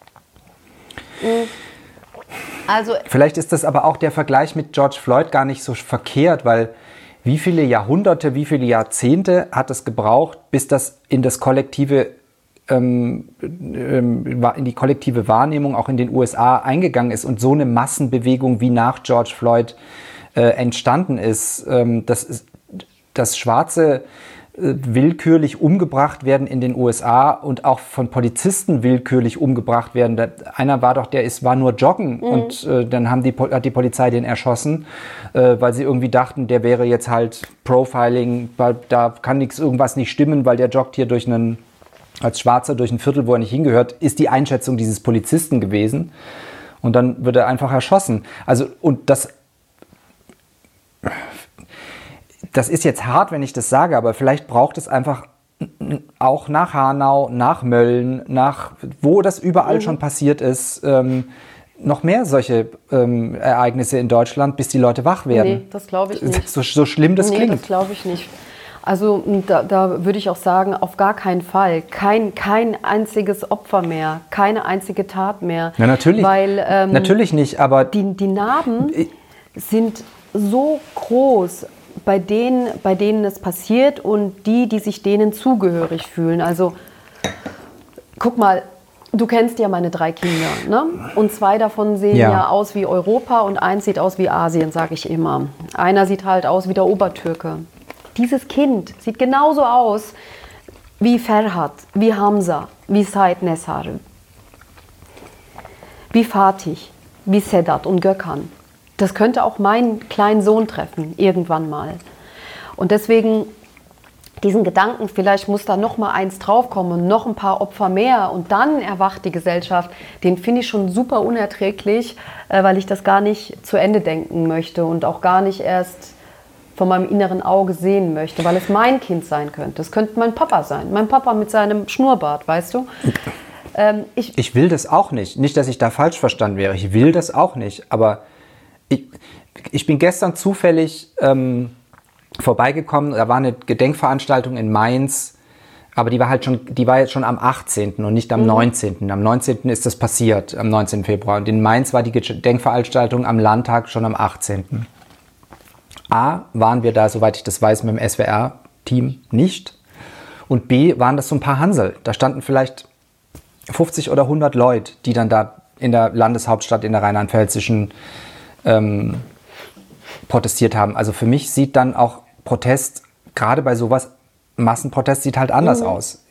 Also, vielleicht ist das aber auch der Vergleich mit George Floyd gar nicht so verkehrt, weil wie viele Jahrhunderte, wie viele Jahrzehnte hat es gebraucht, bis das in die kollektive Wahrnehmung auch in den USA eingegangen ist und so eine Massenbewegung wie nach George Floyd entstanden ist, dass Schwarze willkürlich umgebracht werden in den USA und auch von Polizisten willkürlich umgebracht werden. Einer war doch, war nur joggen und dann hat die Polizei den erschossen, weil sie irgendwie dachten, der wäre jetzt halt Profiling, weil da kann irgendwas nicht stimmen, weil der joggt hier als Schwarzer durch ein Viertel, wo er nicht hingehört, ist die Einschätzung dieses Polizisten gewesen. Und dann wird er einfach erschossen. Also, und das ist jetzt hart, wenn ich das sage, aber vielleicht braucht es einfach auch nach Hanau, nach Mölln, wo das überall schon passiert ist, noch mehr solche Ereignisse in Deutschland, bis die Leute wach werden. Nee, das glaube ich nicht. So schlimm das klingt. Das glaube ich nicht. Also da würde ich auch sagen, auf gar keinen Fall. Kein einziges Opfer mehr, keine einzige Tat mehr. Ja, natürlich. Weil, natürlich nicht, aber die Narben sind so groß bei denen es passiert und die sich denen zugehörig fühlen. Also guck mal, Du kennst ja meine 3 Kinder, ne? Und 2 davon sehen ja aus wie Europa und 1 sieht aus wie Asien, sage ich immer. Einer sieht halt aus wie der Obertürke. Dieses Kind sieht genauso aus wie Ferhat, wie Hamza, wie Said Nessar, wie Fatih, wie Sedat und Gökhan. Das könnte auch meinen kleinen Sohn treffen, irgendwann mal. Und deswegen diesen Gedanken, vielleicht muss da noch mal eins draufkommen, noch ein paar Opfer mehr und dann erwacht die Gesellschaft, den finde ich schon super unerträglich, weil ich das gar nicht zu Ende denken möchte und auch gar nicht erst von meinem inneren Auge sehen möchte, weil es mein Kind sein könnte. Es könnte mein Papa sein, mein Papa mit seinem Schnurrbart, weißt du? Ich will das auch nicht. Nicht, dass ich da falsch verstanden wäre. Ich will das auch nicht. Aber ich bin gestern zufällig vorbeigekommen. Da war eine Gedenkveranstaltung in Mainz. Aber die war jetzt schon am 18. und nicht am 19. Am 19. ist das passiert, am 19. Februar. Und in Mainz war die Gedenkveranstaltung am Landtag schon am 18. A, waren wir da, soweit ich das weiß, mit dem SWR-Team nicht. Und B, waren das so ein paar Hansel. Da standen vielleicht 50 oder 100 Leute, die dann da in der Landeshauptstadt in der rheinland-pfälzischen protestiert haben. Also für mich sieht dann auch Protest, gerade bei sowas, Massenprotest sieht halt anders aus.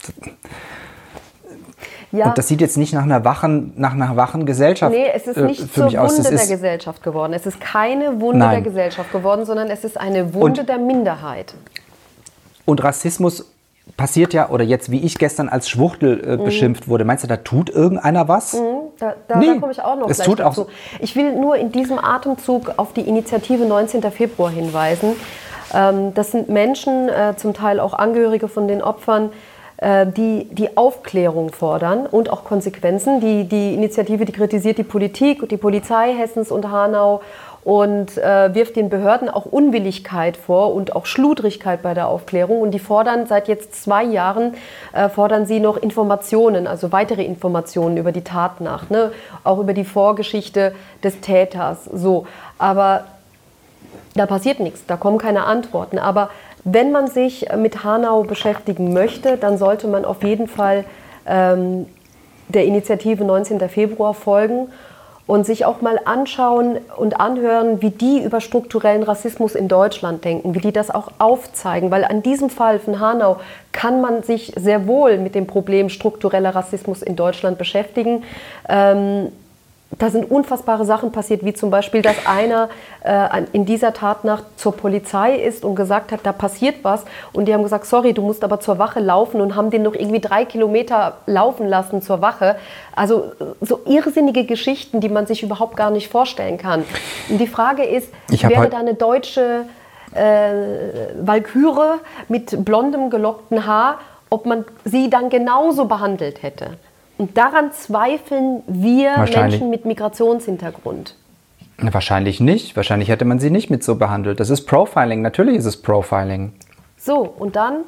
Ja. Und das sieht jetzt nicht nach einer wachen Gesellschaft Nee, es ist nicht zur Wunde der Gesellschaft geworden. Es ist keine Wunde der Gesellschaft geworden, sondern es ist eine Wunde der Minderheit. Und Rassismus passiert ja, oder jetzt wie ich gestern als Schwuchtel beschimpft wurde. Meinst du, da tut irgendeiner was? Da komme ich auch noch gleich dazu. Ich will nur in diesem Atemzug auf die Initiative 19. Februar hinweisen. Das sind Menschen, zum Teil auch Angehörige von den Opfern, die Aufklärung fordern und auch Konsequenzen. Die Initiative, die kritisiert die Politik und die Polizei Hessens und Hanau und wirft den Behörden auch Unwilligkeit vor und auch Schludrigkeit bei der Aufklärung. Und die fordern seit jetzt 2 Jahren, fordern sie noch Informationen, also weitere Informationen über die Tatnacht, ne? Auch über die Vorgeschichte des Täters. So. Aber da passiert nichts, da kommen keine Antworten. Aber wenn man sich mit Hanau beschäftigen möchte, dann sollte man auf jeden Fall der Initiative 19. Februar folgen und sich auch mal anschauen und anhören, wie die über strukturellen Rassismus in Deutschland denken, wie die das auch aufzeigen. Weil an diesem Fall von Hanau kann man sich sehr wohl mit dem Problem struktureller Rassismus in Deutschland beschäftigen. Da sind unfassbare Sachen passiert, wie zum Beispiel, dass einer in dieser Tatnacht zur Polizei ist und gesagt hat, da passiert was. Und die haben gesagt, sorry, du musst aber zur Wache laufen und haben den noch irgendwie 3 Kilometer laufen lassen zur Wache. Also so irrsinnige Geschichten, die man sich überhaupt gar nicht vorstellen kann. Und die Frage ist, wäre da eine deutsche Walküre mit blondem, gelocktem Haar, ob man sie dann genauso behandelt hätte? Und daran zweifeln wir Menschen mit Migrationshintergrund. Wahrscheinlich nicht. Wahrscheinlich hätte man sie nicht mit so behandelt. Das ist Profiling. Natürlich ist es Profiling. So, und dann?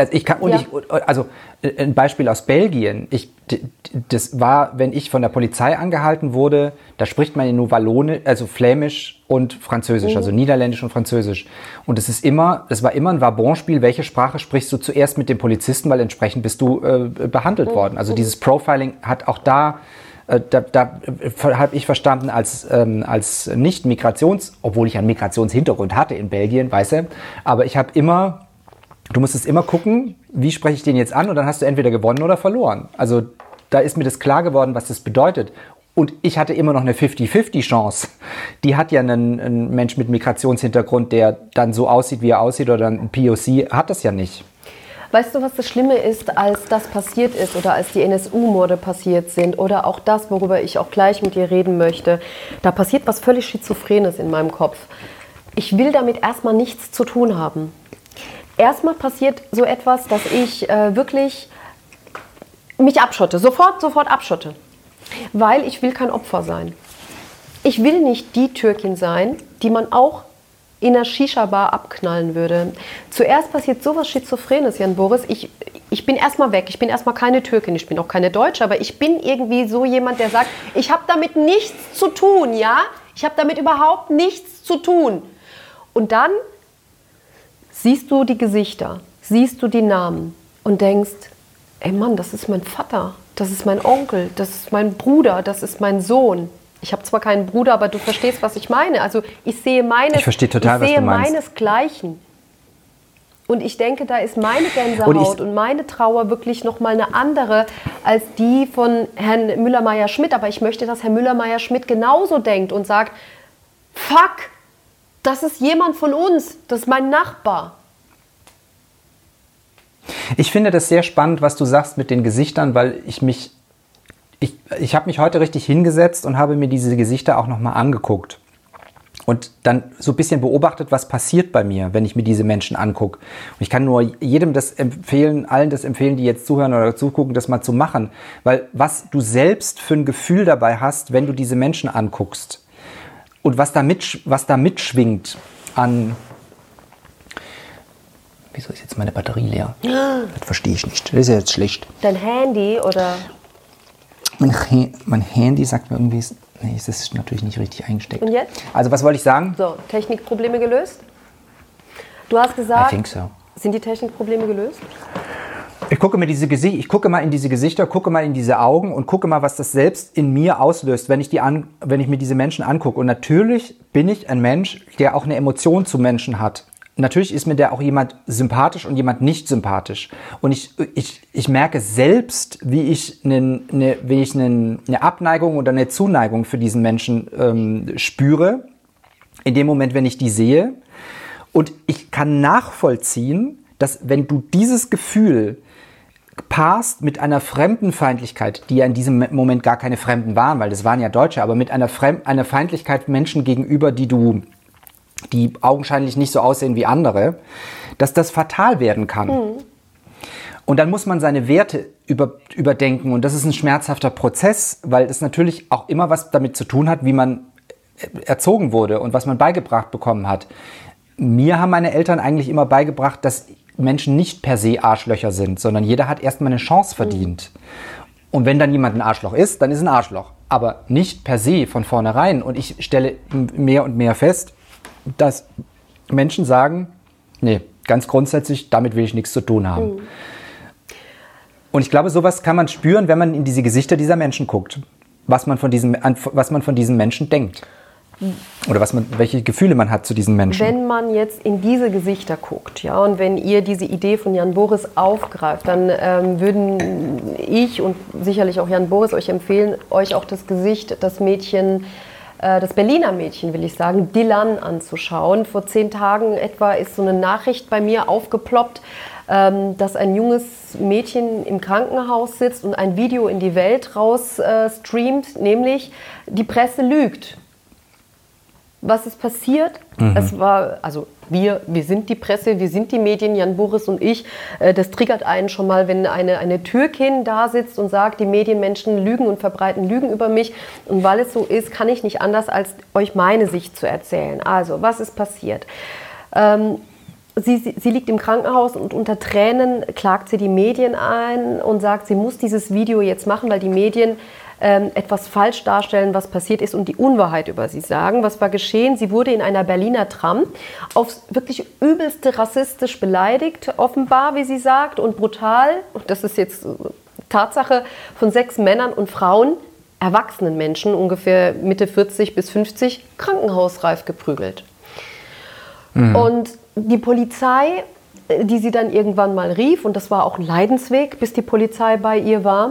Ein Beispiel aus Belgien. Das war, wenn ich von der Polizei angehalten wurde, da spricht man nur Wallonisch, also Flämisch und Französisch, also Niederländisch und Französisch. Und das war immer ein Vabonspiel, welche Sprache sprichst du zuerst mit dem Polizisten, weil entsprechend bist du behandelt worden. Also dieses Profiling hat auch da habe ich verstanden als obwohl ich einen Migrationshintergrund hatte in Belgien, weißt du, aber du musstest immer gucken, wie spreche ich den jetzt an, und dann hast du entweder gewonnen oder verloren. Also da ist mir das klar geworden, was das bedeutet. Und ich hatte immer noch eine 50-50 Chance. Die hat ja ein Mensch mit Migrationshintergrund, der dann so aussieht, wie er aussieht, oder ein POC, hat das ja nicht. Weißt du, was das Schlimme ist, als das passiert ist oder als die NSU-Morde passiert sind oder auch das, worüber ich auch gleich mit dir reden möchte? Da passiert was völlig Schizophrenes in meinem Kopf. Ich will damit erstmal nichts zu tun haben. Erstmal passiert so etwas, dass ich wirklich mich abschotte, sofort abschotte, weil ich will kein Opfer sein. Ich will nicht die Türkin sein, die man auch in einer Shisha-Bar abknallen würde. Zuerst passiert sowas Schizophrenes, Jan Boris. Ich bin erstmal weg, ich bin erstmal keine Türkin, ich bin auch keine Deutsche, aber ich bin irgendwie so jemand, der sagt, ich habe damit nichts zu tun, ja? Ich habe damit überhaupt nichts zu tun. Und dann siehst du die Gesichter, siehst du die Namen und denkst, ey Mann, das ist mein Vater, das ist mein Onkel, das ist mein Bruder, das ist mein Sohn. Ich habe zwar keinen Bruder, aber du verstehst, was ich meine. Also ich sehe Ich verstehe total, was du meinst. meinesgleichen. Und ich denke, da ist meine Gänsehaut und meine Trauer wirklich nochmal eine andere als die von Herrn Müller-Meyer-Schmidt. Aber ich möchte, dass Herr Müller-Meyer-Schmidt genauso denkt und sagt, fuck, das ist jemand von uns, das ist mein Nachbar. Ich finde das sehr spannend, was du sagst mit den Gesichtern, weil ich habe mich heute richtig hingesetzt und habe mir diese Gesichter auch nochmal angeguckt. Und dann so ein bisschen beobachtet, was passiert bei mir, wenn ich mir diese Menschen angucke. Und ich kann nur jedem das empfehlen, allen das empfehlen, die jetzt zuhören oder zugucken, das mal zu machen. Weil was du selbst für ein Gefühl dabei hast, wenn du diese Menschen anguckst und was da mitschwingt an... Wieso ist jetzt meine Batterie leer? Das verstehe ich nicht. Das ist ja jetzt schlecht. Dein Handy oder... Mein Handy sagt mir irgendwie... Nee, es ist natürlich nicht richtig eingesteckt. Und jetzt? Also was wollte ich sagen? So, Technikprobleme gelöst? Du hast gesagt, I think so. Sind die Technikprobleme gelöst? Ich gucke mal in diese Gesichter, gucke mal in diese Augen und gucke mal, was das selbst in mir auslöst, wenn ich mir diese Menschen angucke. Und natürlich bin ich ein Mensch, der auch eine Emotion zu Menschen hat. Natürlich ist mir da auch jemand sympathisch und jemand nicht sympathisch. Und ich merke selbst, wie ich eine Abneigung oder eine Zuneigung für diesen Menschen spüre, in dem Moment, wenn ich die sehe. Und ich kann nachvollziehen, dass wenn du dieses Gefühl paarst mit einer Fremdenfeindlichkeit, die ja in diesem Moment gar keine Fremden waren, weil das waren ja Deutsche, aber mit einer Feindlichkeit Menschen gegenüber, die augenscheinlich nicht so aussehen wie andere, dass das fatal werden kann. Mhm. Und dann muss man seine Werte überdenken. Und das ist ein schmerzhafter Prozess, weil es natürlich auch immer was damit zu tun hat, wie man erzogen wurde und was man beigebracht bekommen hat. Mir haben meine Eltern eigentlich immer beigebracht, dass Menschen nicht per se Arschlöcher sind, sondern jeder hat erstmal eine Chance verdient. Mhm. Und wenn dann jemand ein Arschloch ist, dann ist ein Arschloch. Aber nicht per se von vornherein. Und ich stelle mehr und mehr fest, dass Menschen sagen, nee, ganz grundsätzlich, damit will ich nichts zu tun haben. Mhm. Und ich glaube, sowas kann man spüren, wenn man in diese Gesichter dieser Menschen guckt, was man von diesen Menschen denkt. Oder welche Gefühle man hat zu diesen Menschen. Wenn man jetzt in diese Gesichter guckt, ja, und wenn ihr diese Idee von Jan Boris aufgreift, dann würden ich und sicherlich auch Jan Boris euch empfehlen, euch auch das Gesicht, das Berliner Mädchen, will ich sagen, Dilan anzuschauen. Vor 10 Tagen etwa ist so eine Nachricht bei mir aufgeploppt, dass ein junges Mädchen im Krankenhaus sitzt und ein Video in die Welt raus streamt, nämlich die Presse lügt. Was ist passiert? Mhm. Es war, also wir sind die Presse, wir sind die Medien, Jan Boris und ich. Das triggert einen schon mal, wenn eine Türkin da sitzt und sagt, die Medienmenschen lügen und verbreiten Lügen über mich. Und weil es so ist, kann ich nicht anders, als euch meine Sicht zu erzählen. Also, was ist passiert? Sie liegt im Krankenhaus und unter Tränen klagt sie die Medien ein und sagt, sie muss dieses Video jetzt machen, weil die Medien etwas falsch darstellen, was passiert ist und die Unwahrheit über sie sagen. Was war geschehen? Sie wurde in einer Berliner Tram aufs wirklich übelste rassistisch beleidigt, offenbar, wie sie sagt, und brutal, und das ist jetzt Tatsache, von 6 Männern und Frauen, erwachsenen Menschen, ungefähr Mitte 40 bis 50, krankenhausreif geprügelt. Mhm. Und die Polizei, die sie dann irgendwann mal rief, und das war auch ein Leidensweg, bis die Polizei bei ihr war,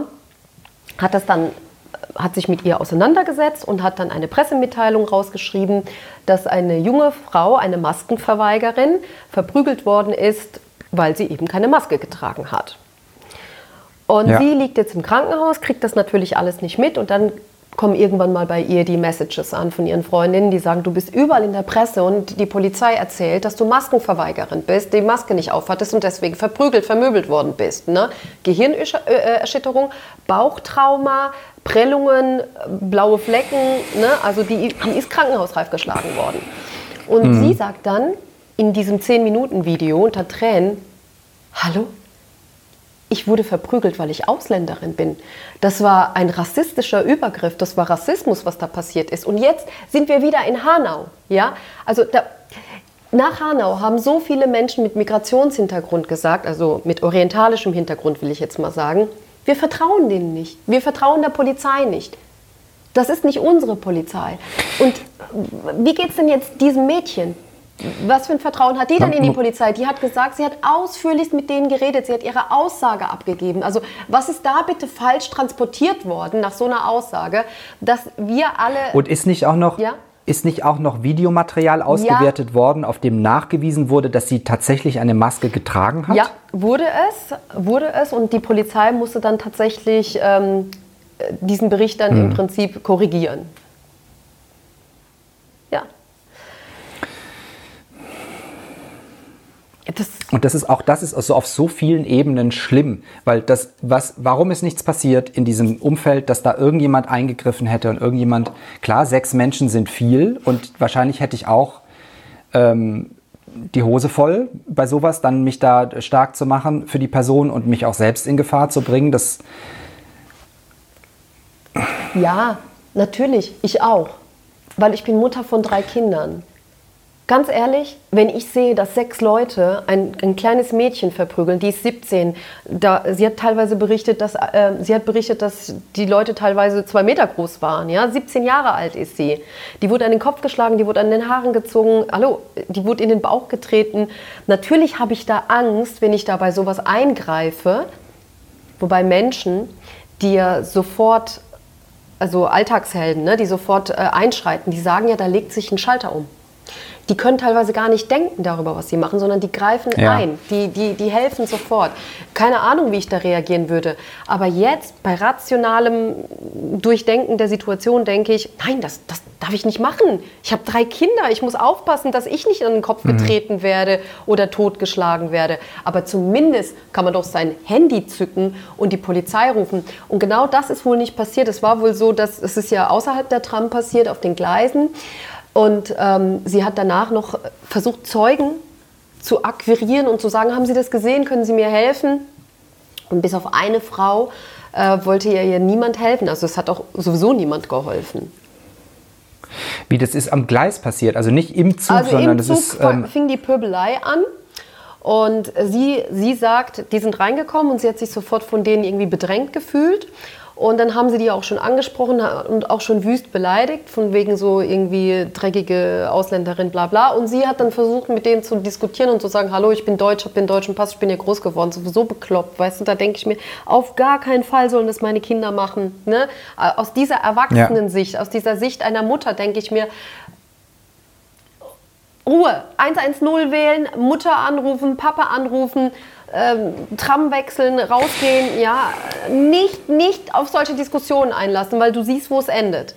hat sich mit ihr auseinandergesetzt und hat dann eine Pressemitteilung rausgeschrieben, dass eine junge Frau, eine Maskenverweigerin, verprügelt worden ist, weil sie eben keine Maske getragen hat. Und sie liegt jetzt im Krankenhaus, kriegt das natürlich alles nicht mit, und dann kommen irgendwann mal bei ihr die Messages an von ihren Freundinnen, die sagen, du bist überall in der Presse und die Polizei erzählt, dass du Maskenverweigerin bist, die Maske nicht aufhattest und deswegen vermöbelt worden bist. Ne? Gehirnerschütterung, Bauchtrauma, Prellungen, blaue Flecken, ne? Also die ist krankenhausreif geschlagen worden. Und sie sagt dann in diesem 10-Minuten-Video unter Tränen, hallo? Ich wurde verprügelt, weil ich Ausländerin bin. Das war ein rassistischer Übergriff, das war Rassismus, was da passiert ist. Und jetzt sind wir wieder in Hanau. Ja? Also nach Hanau haben so viele Menschen mit Migrationshintergrund gesagt, also mit orientalischem Hintergrund will ich jetzt mal sagen, Wir vertrauen denen nicht. Wir vertrauen der Polizei nicht. Das ist nicht unsere Polizei. Und wie geht es denn jetzt diesem Mädchen? Was für ein Vertrauen hat die denn in die Polizei? Die hat gesagt, sie hat ausführlichst mit denen geredet. Sie hat ihre Aussage abgegeben. Also was ist da bitte falsch transportiert worden nach so einer Aussage, dass wir alle... Und ist nicht auch noch... Ja? Ist nicht auch noch Videomaterial ausgewertet worden, auf dem nachgewiesen wurde, dass sie tatsächlich eine Maske getragen hat? Ja, wurde es. Und die Polizei musste dann tatsächlich diesen Bericht dann im Prinzip korrigieren. Ja. Und das ist also auf so vielen Ebenen schlimm, weil warum ist nichts passiert in diesem Umfeld, dass da irgendjemand eingegriffen hätte und irgendjemand, klar, 6 Menschen sind viel und wahrscheinlich hätte ich auch die Hose voll bei sowas, dann mich da stark zu machen für die Person und mich auch selbst in Gefahr zu bringen, das... Ja, natürlich, ich auch, weil ich bin Mutter von 3 Kindern. Ganz ehrlich, wenn ich sehe, dass 6 Leute ein kleines Mädchen verprügeln, die ist 17, sie hat teilweise berichtet, dass die Leute teilweise 2 Meter groß waren. Ja? 17 Jahre alt ist sie. Die wurde an den Kopf geschlagen, die wurde an den Haaren gezogen, die wurde in den Bauch getreten. Natürlich habe ich da Angst, wenn ich da bei sowas eingreife, wobei Menschen, die ja sofort, also Alltagshelden, ne, die sofort einschreiten, die sagen ja, da legt sich ein Schalter um. Die können teilweise gar nicht denken darüber, was sie machen, sondern die greifen ein, die helfen sofort. Keine Ahnung, wie ich da reagieren würde. Aber jetzt bei rationalem Durchdenken der Situation denke ich, nein, das darf ich nicht machen. Ich habe 3 Kinder, ich muss aufpassen, dass ich nicht an den Kopf getreten werde oder totgeschlagen werde. Aber zumindest kann man doch sein Handy zücken und die Polizei rufen. Und genau das ist wohl nicht passiert. Es war wohl so, dass es ist ja außerhalb der Tram passiert, auf den Gleisen. Und sie hat danach noch versucht, Zeugen zu akquirieren und zu sagen, haben Sie das gesehen, können Sie mir helfen? Und bis auf eine Frau wollte ihr niemand helfen. Also es hat auch sowieso niemand geholfen. Wie, das ist am Gleis passiert, also nicht im Zug, sondern das ist... fing die Pöbelei an. Und sie sagt, die sind reingekommen und sie hat sich sofort von denen irgendwie bedrängt gefühlt. Und dann haben sie die auch schon angesprochen und auch schon wüst beleidigt, von wegen so irgendwie dreckige Ausländerin, bla bla. Und sie hat dann versucht, mit denen zu diskutieren und zu sagen, hallo, ich bin Deutsch, habe den deutschen Pass, ich bin hier groß geworden, so bekloppt, weißt du. Da denke ich mir, auf gar keinen Fall sollen das meine Kinder machen. Ne? Aus dieser Erwachsenensicht, aus dieser Sicht einer Mutter denke ich mir, Ruhe, 110 wählen, Mutter anrufen, Papa anrufen, Tram wechseln, rausgehen, ja, nicht auf solche Diskussionen einlassen, weil du siehst, wo es endet.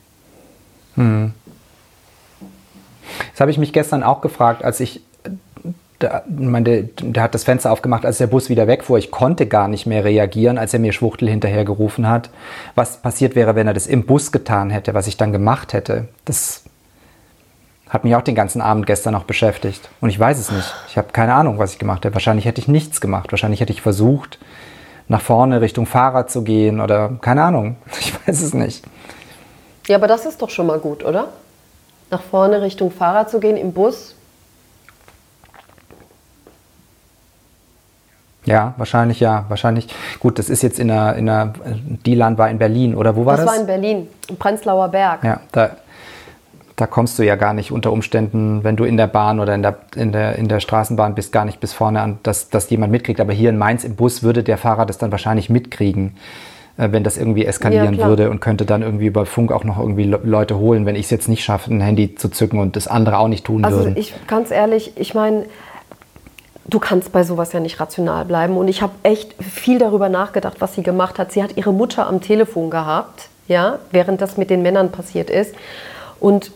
Das habe ich mich gestern auch gefragt, als ich, der hat das Fenster aufgemacht, als der Bus wieder wegfuhr. Ich konnte gar nicht mehr reagieren, als er mir Schwuchtel hinterher gerufen hat. Was passiert wäre, wenn er das im Bus getan hätte, was ich dann gemacht hätte. Das hat mich auch den ganzen Abend gestern noch beschäftigt. Und ich weiß es nicht. Ich habe keine Ahnung, was ich gemacht hätte. Wahrscheinlich hätte ich nichts gemacht. Wahrscheinlich hätte ich versucht, nach vorne Richtung Fahrer zu gehen oder keine Ahnung. Ich weiß es nicht. Ja, aber das ist doch schon mal gut, oder? Nach vorne Richtung Fahrer zu gehen im Bus. Ja, wahrscheinlich ja. Wahrscheinlich. Gut, das ist jetzt Dilan war in Berlin, oder wo war das? Das war in Berlin, im Prenzlauer Berg. Ja, da kommst du ja gar nicht unter Umständen, wenn du in der Bahn oder in der Straßenbahn bist, gar nicht bis vorne an, dass jemand mitkriegt. Aber hier in Mainz im Bus würde der Fahrer das dann wahrscheinlich mitkriegen, wenn das irgendwie eskalieren würde und könnte dann irgendwie über Funk auch noch irgendwie Leute holen, wenn ich es jetzt nicht schaffe, ein Handy zu zücken und das andere auch nicht tun würden. Also ganz ehrlich, ich meine, du kannst bei sowas ja nicht rational bleiben. Und ich habe echt viel darüber nachgedacht, was sie gemacht hat. Sie hat ihre Mutter am Telefon gehabt, ja, während das mit den Männern passiert ist. Und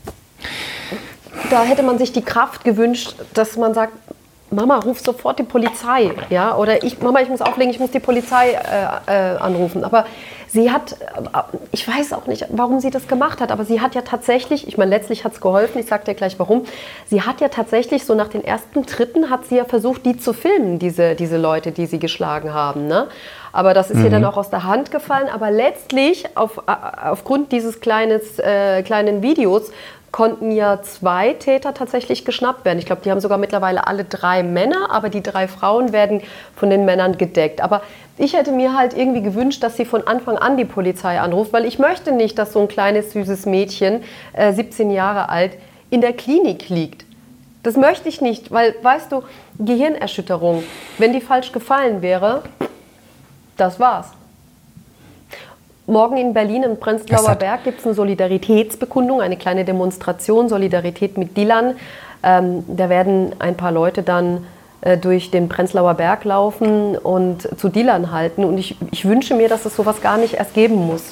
da hätte man sich die Kraft gewünscht, dass man sagt, Mama, ruf sofort die Polizei, ja, oder Mama, ich muss auflegen, ich muss die Polizei anrufen. Aber sie hat, ich weiß auch nicht, warum sie das gemacht hat, aber sie hat ja tatsächlich, ich meine, letztlich hat es geholfen, ich sage dir gleich warum, sie hat ja tatsächlich so nach den ersten Tritten hat sie ja versucht, die zu filmen, diese Leute, die sie geschlagen haben, ne? Aber das ist ihr dann auch aus der Hand gefallen, aber letztlich aufgrund dieses kleinen Videos konnten ja 2 Täter tatsächlich geschnappt werden. Ich glaube, die haben sogar mittlerweile alle 3 Männer, aber die 3 Frauen werden von den Männern gedeckt. Aber Ich hätte mir halt irgendwie gewünscht, dass sie von Anfang an die Polizei anruft, weil ich möchte nicht, dass so ein kleines, süßes Mädchen, 17 Jahre alt, in der Klinik liegt. Das möchte ich nicht, weil, weißt du, Gehirnerschütterung, wenn die falsch gefallen wäre, das war's. Morgen in Berlin im Prenzlauer Berg gibt es eine Solidaritätsbekundung, eine kleine Demonstration, Solidarität mit Dilan. Da werden ein paar Leute dann durch den Prenzlauer Berg laufen und zu Dilan halten. Und ich wünsche mir, dass es sowas gar nicht erst geben muss.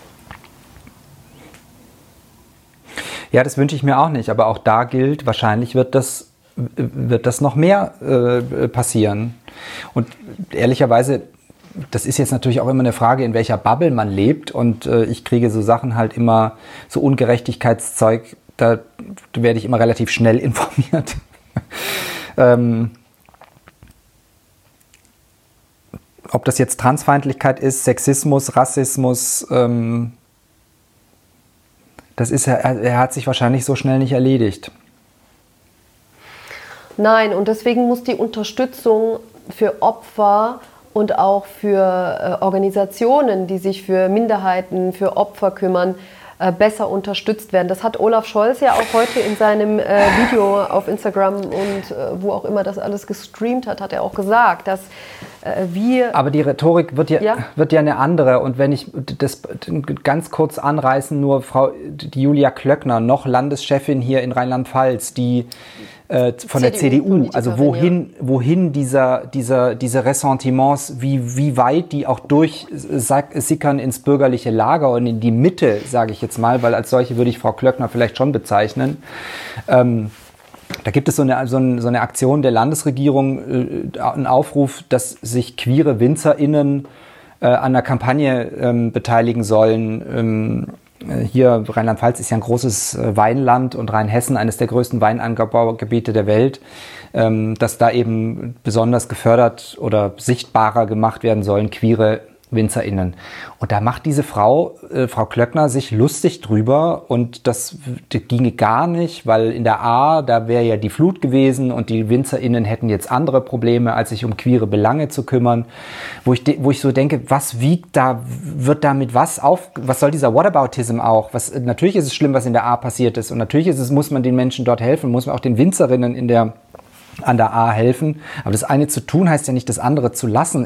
Ja, das wünsche ich mir auch nicht. Aber auch da gilt, wahrscheinlich wird das noch mehr passieren. Und ehrlicherweise, das ist jetzt natürlich auch immer eine Frage, in welcher Bubble man lebt. Und ich kriege so Sachen halt immer, so Ungerechtigkeitszeug, da werde ich immer relativ schnell informiert. Ob das jetzt Transfeindlichkeit ist, Sexismus, Rassismus, das ist, er hat sich wahrscheinlich so schnell nicht erledigt. Nein, und deswegen muss die Unterstützung für Opfer und auch für Organisationen, die sich für Minderheiten, für Opfer kümmern, besser unterstützt werden. Das hat Olaf Scholz ja auch heute in seinem Video auf Instagram und wo auch immer das alles gestreamt hat er auch gesagt, dass wir... Aber die Rhetorik wird ja eine andere. Und wenn ich das ganz kurz anreißen, nur die Julia Klöckner, noch Landeschefin hier in Rheinland-Pfalz, die von der CDU, also wohin diese Ressentiments, wie weit die auch durchsickern ins bürgerliche Lager und in die Mitte, sage ich jetzt mal, weil als solche würde ich Frau Klöckner vielleicht schon bezeichnen. Da gibt es so eine Aktion der Landesregierung, einen Aufruf, dass sich queere WinzerInnen an der Kampagne beteiligen sollen. Hier Rheinland-Pfalz ist ja ein großes Weinland und Rheinhessen eines der größten Weinanbaugebiete der Welt, dass da eben besonders gefördert oder sichtbarer gemacht werden sollen queere WinzerInnen. Und da macht diese Frau Klöckner, sich lustig drüber und das ginge gar nicht, weil in der A, da wäre ja die Flut gewesen und die WinzerInnen hätten jetzt andere Probleme, als sich um queere Belange zu kümmern. Wo ich so denke, was wird damit was soll dieser Whataboutism auch? Natürlich ist es schlimm, was in der A passiert ist und natürlich muss man den Menschen dort helfen, muss man auch den Winzerinnen an der A helfen. Aber das eine zu tun, heißt ja nicht, das andere zu lassen.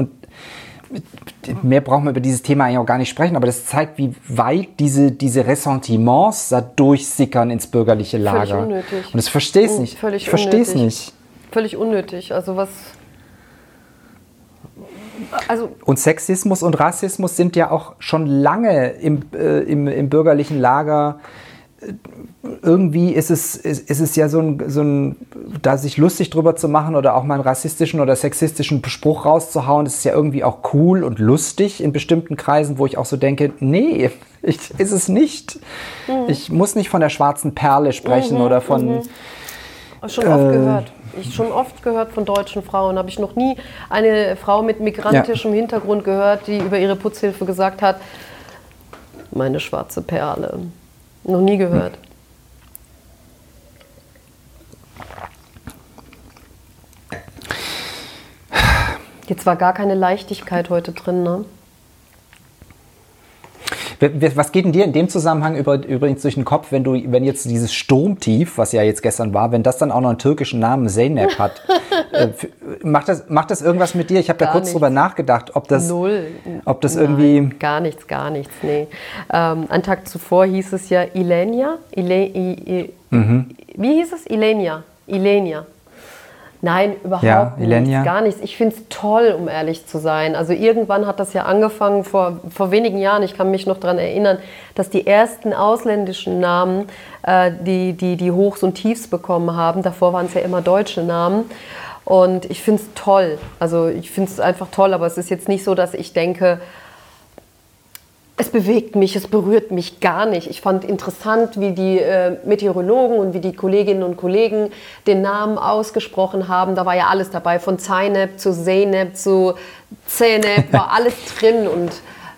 Mehr brauchen wir über dieses Thema eigentlich auch gar nicht sprechen, aber das zeigt, wie weit diese Ressentiments da durchsickern ins bürgerliche Lager. Völlig unnötig. Und das verstehe ich nicht. Völlig ich verstehe es nicht. Völlig unnötig. Und Sexismus und Rassismus sind ja auch schon lange im bürgerlichen Lager. Irgendwie ist es ja so ein, da sich lustig drüber zu machen oder auch mal einen rassistischen oder sexistischen Spruch rauszuhauen, das ist ja irgendwie auch cool und lustig in bestimmten Kreisen, wo ich auch so denke, nee, ist es nicht. Ich muss nicht von der schwarzen Perle sprechen oder von... Schon oft gehört. Schon oft gehört von deutschen Frauen. Habe ich noch nie eine Frau mit migrantischem Hintergrund gehört, die über ihre Putzhilfe gesagt hat, meine schwarze Perle. Noch nie gehört. Jetzt war gar keine Leichtigkeit heute drin, ne? Was geht denn dir in dem Zusammenhang übrigens durch den Kopf, wenn jetzt dieses Sturmtief, was ja jetzt gestern war, wenn das dann auch noch einen türkischen Namen, Zeynep hat? Macht das irgendwas mit dir? Ich habe da kurz drüber nachgedacht, ob das irgendwie... Gar nichts, nee. Einen Tag zuvor hieß es ja Ilenia. Wie hieß es? Ilenia. Nein, überhaupt nichts, gar nichts. Ich finde es toll, um ehrlich zu sein. Also irgendwann hat das ja angefangen, vor wenigen Jahren, ich kann mich noch daran erinnern, dass die ersten ausländischen Namen, die Hochs und Tiefs bekommen haben, davor waren es ja immer deutsche Namen. Und ich finde es toll. Also ich finde es einfach toll, aber es ist jetzt nicht so, dass ich denke, es bewegt mich, es berührt mich gar nicht. Ich fand interessant, wie die Meteorologen und wie die Kolleginnen und Kollegen den Namen ausgesprochen haben. Da war ja alles dabei, von Zeynep zu Zeynep zu Zeynep, war alles drin. Und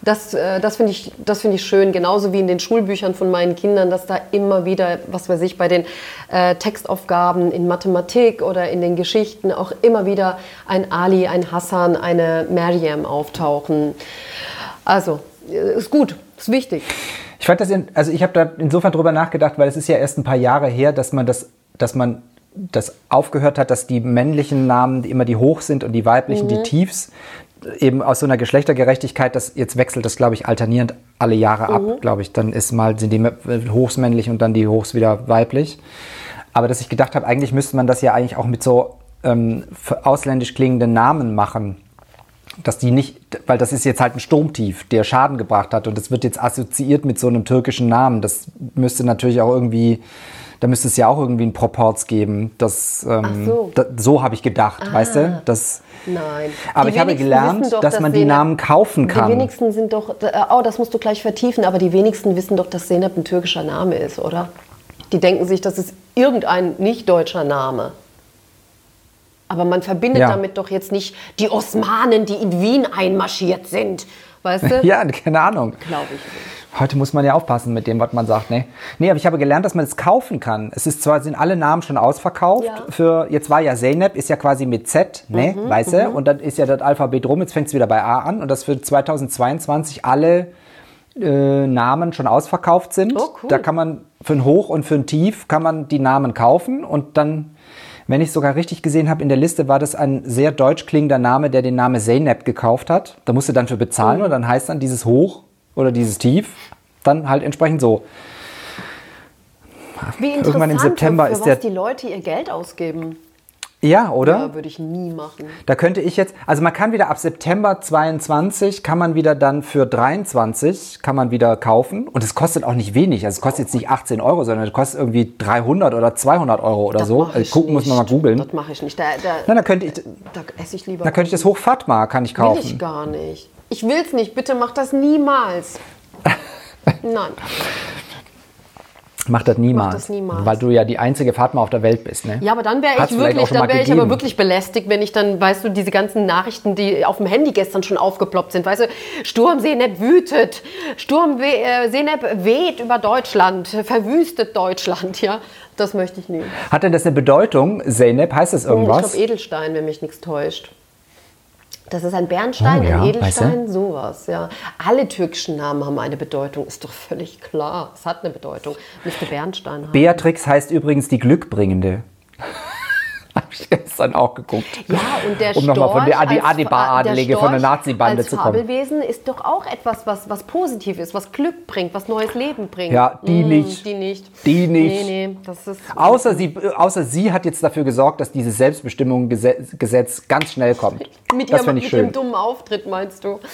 Das finde ich schön, genauso wie in den Schulbüchern von meinen Kindern, dass da immer wieder, was weiß ich, bei den Textaufgaben in Mathematik oder in den Geschichten auch immer wieder ein Ali, ein Hassan, eine Maryam auftauchen. Also, ist gut, ist wichtig. Ich fand ich habe da insofern drüber nachgedacht, weil es ist ja erst ein paar Jahre her, dass man das aufgehört hat, dass die männlichen Namen immer die hoch sind und die weiblichen die tiefs. Eben aus so einer Geschlechtergerechtigkeit, jetzt wechselt das, glaube ich, alternierend alle Jahre ab, glaube ich. Dann sind die Hochs männlich und dann die Hochs wieder weiblich. Aber dass ich gedacht habe, eigentlich müsste man das ja eigentlich auch mit so ausländisch klingenden Namen machen. Dass die nicht, weil das ist jetzt halt ein Sturmtief, der Schaden gebracht hat und das wird jetzt assoziiert mit so einem türkischen Namen. Das müsste natürlich auch irgendwie, da müsste es ja auch irgendwie einen Proporz geben. So habe ich gedacht, weißt du? Nein. Aber ich habe gelernt, dass man die Namen kaufen kann. Die wenigsten sind doch, das musst du gleich vertiefen, aber die wenigsten wissen doch, dass Zeynep ein türkischer Name ist, oder? Die denken sich, das ist irgendein nicht deutscher Name. Aber man verbindet damit doch jetzt nicht die Osmanen, die in Wien einmarschiert sind, weißt du? Ja, keine Ahnung. Glaube ich. Heute muss man ja aufpassen mit dem, was man sagt, ne? Nee, aber ich habe gelernt, dass man es kaufen kann. Sind alle Namen schon ausverkauft. Ja. Jetzt war ja Zeynep, ist ja quasi mit Z, ne? Weißt du? Und dann ist ja das Alphabet rum, jetzt fängt es wieder bei A an. Und dass für 2022 alle Namen schon ausverkauft sind. Oh, cool. Da kann man für ein Hoch und für ein Tief kann man die Namen kaufen. Und dann, wenn ich es sogar richtig gesehen habe, in der Liste war das ein sehr deutsch klingender Name, der den Namen Zeynep gekauft hat. Da musst du dann für bezahlen und dann heißt dann dieses Hoch oder dieses Tief, dann halt entsprechend so. Wie interessant, irgendwann im September für was die Leute ihr Geld ausgeben. Ja, oder? Ja, würde ich nie machen. Da könnte ich jetzt, also man kann wieder ab September 22 kann man wieder dann für 23 kann man wieder kaufen und es kostet auch nicht wenig, also es kostet jetzt nicht 18 Euro, sondern es kostet irgendwie 300 oder 200 Euro oder so. Also gucken muss man mal googeln. Das mache ich nicht. Dann könnte ich, da esse ich lieber. Da könnte ich das Hoch Fatma kann ich kaufen. Will ich gar nicht. Ich will es nicht. Bitte mach das niemals. Nein. Mach das niemals. Weil du ja die einzige Fatma auf der Welt bist, ne? Ja, aber dann wäre ich aber wirklich belästigt, wenn ich dann, weißt du, diese ganzen Nachrichten, die auf dem Handy gestern schon aufgeploppt sind, weißt du, Sturm Zeynep wütet, Sturm Zeynep weht über Deutschland, verwüstet Deutschland, ja, das möchte ich nie. Hat denn das eine Bedeutung, Zeynep? Heißt das irgendwas? Ich glaube Edelstein, wenn mich nichts täuscht. Das ist ein Bernstein, ein Edelstein, weißt du? Sowas, ja. Alle türkischen Namen haben eine Bedeutung, ist doch völlig klar. Es hat eine Bedeutung. Müsste Bernstein haben. Beatrix heißt übrigens die Glückbringende. Habe ich gestern auch geguckt. Ja, und der Storch, nochmal von der Adiba-Adelige von der Nazi-Bande zu kommen. Als Fabelwesen ist doch auch etwas, was positiv ist, was Glück bringt, was neues Leben bringt. Ja, die nicht. Die nicht. Nee, das ist... Außer sie hat jetzt dafür gesorgt, dass dieses Selbstbestimmungsgesetz ganz schnell kommt. Mit ihrem dummen Auftritt, meinst du?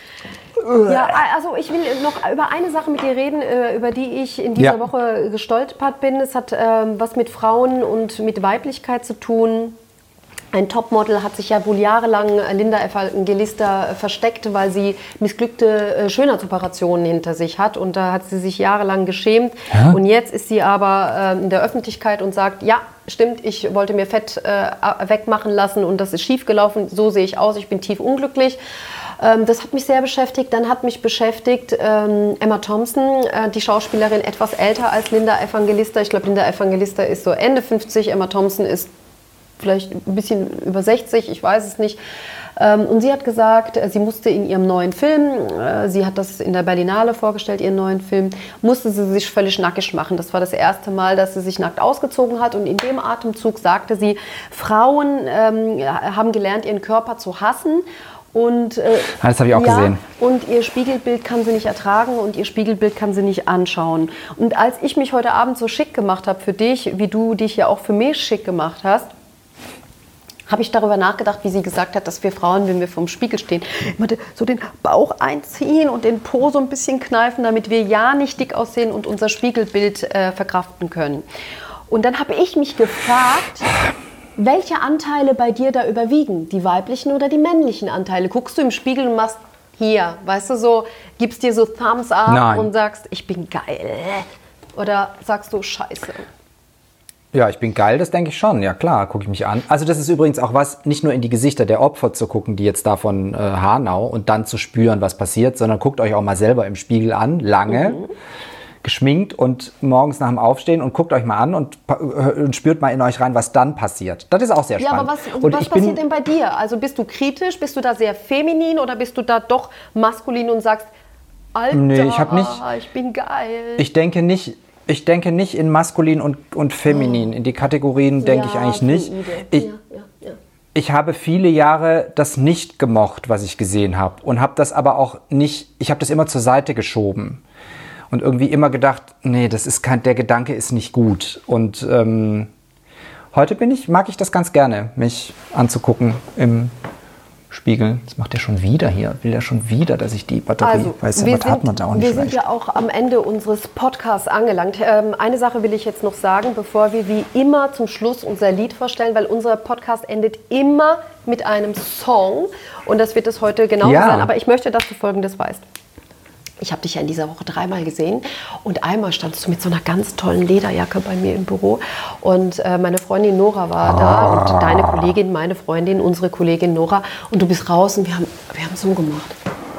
Ja, also ich will noch über eine Sache mit dir reden, über die ich in dieser Woche gestolpert bin. Es hat was mit Frauen und mit Weiblichkeit zu tun. Ein Topmodel hat sich ja wohl jahrelang, Linda Evangelista, versteckt, weil sie missglückte Schönheitsoperationen hinter sich hat. Und da hat sie sich jahrelang geschämt. Ja? Und jetzt ist sie aber in der Öffentlichkeit und sagt, ja, stimmt, ich wollte mir Fett wegmachen lassen und das ist schiefgelaufen. So sehe ich aus, ich bin tief unglücklich. Das hat mich sehr beschäftigt. Dann hat mich beschäftigt Emma Thompson, die Schauspielerin, etwas älter als Linda Evangelista. Ich glaube, Linda Evangelista ist so Ende 50, Emma Thompson ist vielleicht ein bisschen über 60, ich weiß es nicht. Und sie hat gesagt, sie musste in ihrem neuen Film, sie hat das in der Berlinale vorgestellt, ihren neuen Film, musste sie sich völlig nackig machen. Das war das erste Mal, dass sie sich nackt ausgezogen hat. Und in dem Atemzug sagte sie, Frauen haben gelernt, ihren Körper zu hassen. Und, das habe ich auch gesehen. Und ihr Spiegelbild kann sie nicht ertragen und ihr Spiegelbild kann sie nicht anschauen. Und als ich mich heute Abend so schick gemacht habe für dich, wie du dich ja auch für mich schick gemacht hast, habe ich darüber nachgedacht, wie sie gesagt hat, dass wir Frauen, wenn wir vorm Spiegel stehen, immer so den Bauch einziehen und den Po so ein bisschen kneifen, damit wir ja nicht dick aussehen und unser Spiegelbild verkraften können. Und dann habe ich mich gefragt, welche Anteile bei dir da überwiegen? Die weiblichen oder die männlichen Anteile? Guckst du im Spiegel und machst hier, weißt du, so, gibst dir so Thumbs up und sagst, ich bin geil. Oder sagst du, scheiße? Ja, ich bin geil, das denke ich schon. Ja klar, gucke ich mich an. Also das ist übrigens auch was, nicht nur in die Gesichter der Opfer zu gucken, die jetzt da von Hanau und dann zu spüren, was passiert, sondern guckt euch auch mal selber im Spiegel an, lange, geschminkt und morgens nach dem Aufstehen und guckt euch mal an und spürt mal in euch rein, was dann passiert. Das ist auch sehr spannend. Ja, aber was passiert denn bei dir? Also bist du kritisch, bist du da sehr feminin oder bist du da doch maskulin und sagst, Alter, nee, ich bin geil. Ich denke nicht in maskulin und feminin. In die Kategorien denke ich eigentlich nicht. Ich habe viele Jahre das nicht gemocht, was ich gesehen habe. Und habe das aber auch nicht, ich habe das immer zur Seite geschoben. Und irgendwie immer gedacht, nee, der Gedanke ist nicht gut. Und heute mag ich das ganz gerne, mich anzugucken im Spiegel. Das macht er schon wieder hier. Will er schon wieder, dass ich die Batterie... Also, wir sind ja auch am Ende unseres Podcasts angelangt. Eine Sache will ich jetzt noch sagen, bevor wir wie immer zum Schluss unser Lied vorstellen, weil unser Podcast endet immer mit einem Song. Und das wird es heute genauso sein. Aber ich möchte, dass du Folgendes weißt. Ich habe dich ja in dieser Woche 3-mal gesehen und einmal standst du mit so einer ganz tollen Lederjacke bei mir im Büro und meine Freundin Nora war da und deine Kollegin, meine Freundin, unsere Kollegin Nora und du bist raus und wir haben so gemacht.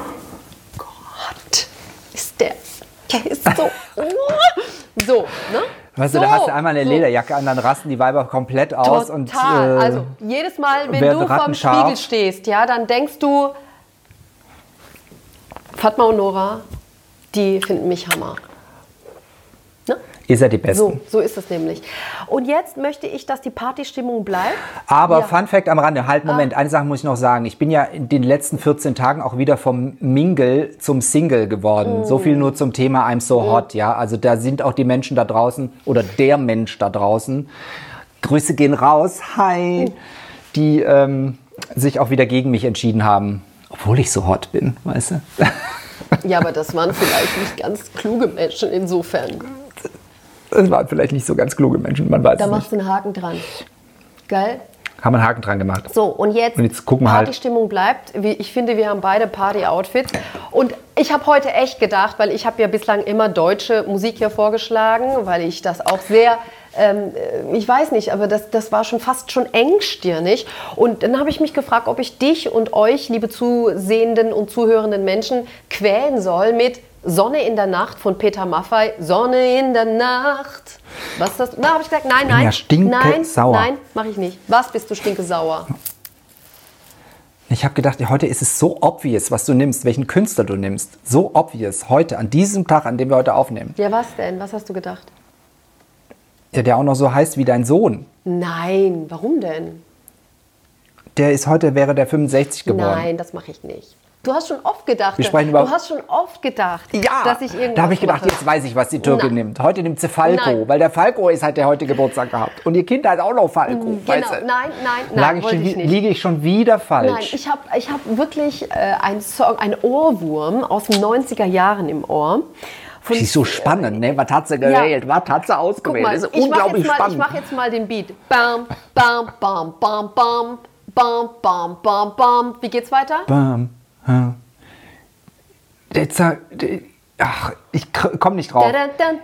Gott, der ist so, so, ne? Weißt du, da hast du einmal eine Lederjacke an, dann rasten die Weiber komplett aus. Total, also jedes Mal, wenn du vorm Spiegel stehst, ja, dann denkst du, Fatma und Nora, die finden mich Hammer. Ne? Ihr seid die Besten. So ist es nämlich. Und jetzt möchte ich, dass die Partystimmung bleibt. Aber Fun Fact am Rande, Moment, eine Sache muss ich noch sagen. Ich bin ja in den letzten 14 Tagen auch wieder vom Mingle zum Single geworden. So viel nur zum Thema I'm so hot, ja. Also da sind auch die Menschen da draußen, oder der Mensch da draußen, Grüße gehen raus, hi, die sich auch wieder gegen mich entschieden haben. Obwohl ich so hot bin, weißt du? Ja, aber das waren vielleicht nicht ganz kluge Menschen insofern. Das waren vielleicht nicht so ganz kluge Menschen, man weiß es nicht. Da machst du einen Haken dran. Geil? Haben einen Haken dran gemacht. So, und jetzt gucken wir Partystimmung bleibt. Ich finde, wir haben beide Party-Outfits. Und ich habe heute echt gedacht, weil ich habe ja bislang immer deutsche Musik hier vorgeschlagen, weil ich das auch sehr... ich weiß nicht, aber das war schon fast schon engstirnig. Und dann habe ich mich gefragt, ob ich dich und euch, liebe zusehenden und zuhörenden Menschen, quälen soll mit Sonne in der Nacht von Peter Maffay. Sonne in der Nacht. Was ist das? Da habe ich gesagt, nein, mache ich nicht. Was bist du stinkesauer? Ich habe gedacht, heute ist es so obvious, was du nimmst, welchen Künstler du nimmst. So obvious, heute, an diesem Tag, an dem wir heute aufnehmen. Ja, was denn? Was hast du gedacht? Ja, der auch noch so heißt wie dein Sohn. Nein, warum denn? Wäre der 65 geworden. Nein, das mache ich nicht. Du hast schon oft gedacht, dass ich irgendwas da habe ich gedacht, mache. Jetzt weiß ich, was die Türkin nimmt. Heute nimmt sie Falco, weil der Falco der heute Geburtstag gehabt. Und ihr Kind hat auch noch Falco. Genau, nein, liege ich schon wieder falsch? Nein, ich hab wirklich einen Ohrwurm aus den 90er Jahren im Ohr. Das ist so spannend, ne? Was hat sie gewählt? Was hat sie ausgewählt? Mal, das ist unglaublich spannend. Ich mache jetzt mal den Beat. Bam, bam, bam, bam, bam, bam, bam, bam, bam. Wie geht's weiter? Bam, ich komme nicht drauf.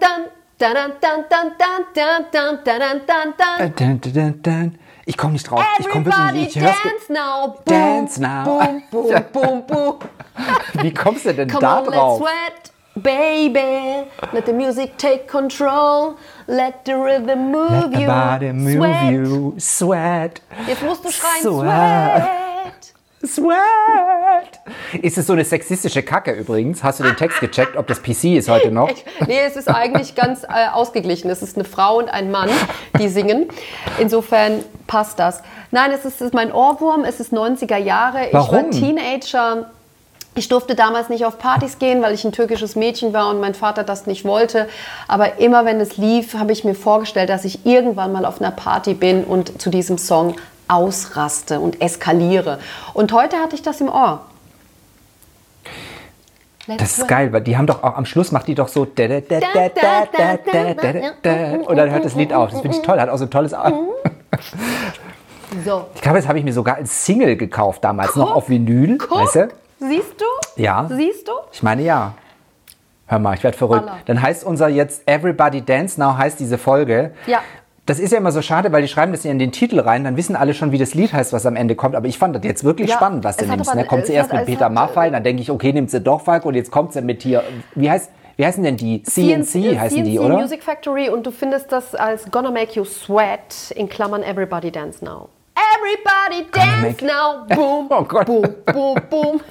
Ich komme nicht drauf. Ich komme wirklich nicht. Dance now. Boom, Dance now. Boom, boom, boom, boom. Wie kommst du denn Come da on, drauf? Let's sweat, baby. Let the music take control. Let the rhythm move you. Let the body move you. Sweat. Jetzt musst du schreien, Sweat. Sweat. Ist es so eine sexistische Kacke übrigens? Hast du den Text gecheckt, ob das PC ist heute noch? Nee, es ist eigentlich ganz ausgeglichen. Es ist eine Frau und ein Mann, die singen. Insofern passt das. Nein, es ist mein Ohrwurm. Es ist 90er Jahre. Warum? Ich war Teenager. Ich durfte damals nicht auf Partys gehen, weil ich ein türkisches Mädchen war und mein Vater das nicht wollte. Aber immer wenn es lief, habe ich mir vorgestellt, dass ich irgendwann mal auf einer Party bin und zu diesem Song ausraste und eskaliere. Und heute hatte ich das im Ohr. Das ist geil, weil die haben doch auch am Schluss macht die doch so und dann hört das Lied auf. Das finde ich toll, hat auch so ein tolles So. Ich glaube, das habe ich mir sogar als Single gekauft damals, noch auf Vinyl. Weißt du? Siehst du? Ja. Siehst du? Ich meine, ja. Hör mal, ich werde verrückt. Allah. Dann heißt unser jetzt Everybody Dance Now, heißt diese Folge. Ja. Das ist ja immer so schade, weil die schreiben das ja in den Titel rein, dann wissen alle schon, wie das Lied heißt, was am Ende kommt. Aber ich fand das jetzt wirklich spannend, was du nimmst. Dann kommt sie erst mit Peter Maffay, dann denke ich, okay, nimmt sie doch Falk und jetzt kommt sie mit hier. Wie heißen denn die? CNC heißen die, oder? Music Factory und du findest das als Gonna Make You Sweat, in Klammern Everybody Dance Now. Everybody dance now, boom, oh Gott. boom, boom, boom.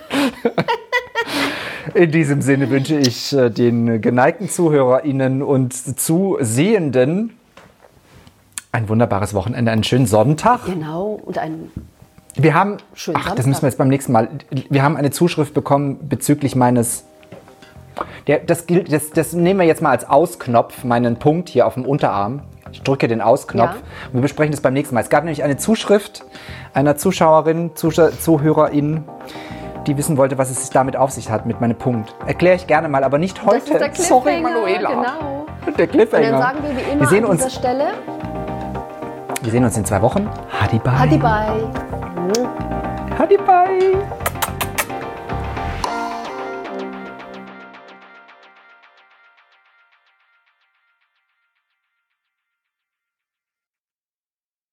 In diesem Sinne wünsche ich den geneigten ZuhörerInnen und Zusehenden ein wunderbares Wochenende, einen schönen Sonntag. Genau, und einen Wir haben, schönen Samstag. Das müssen wir jetzt beim nächsten Mal, wir haben eine Zuschrift bekommen bezüglich meines, das nehmen wir jetzt mal als Ausknopf, meinen Punkt hier auf dem Unterarm. Ich drücke den Ausknopf und wir besprechen das beim nächsten Mal. Es gab nämlich eine Zuschrift einer Zuschauerin, Zuhörerin, die wissen wollte, was es damit auf sich hat mit meinem Punkt. Erkläre ich gerne mal, aber nicht heute. Das ist der Cliffhanger, Sorry, Manuela. Genau. Der Cliffhanger. Und dann sagen wir wie immer wir sehen an dieser uns, Stelle. Wir sehen uns in 2 Wochen. Hadi bye. Hadi bye. Hadi bye.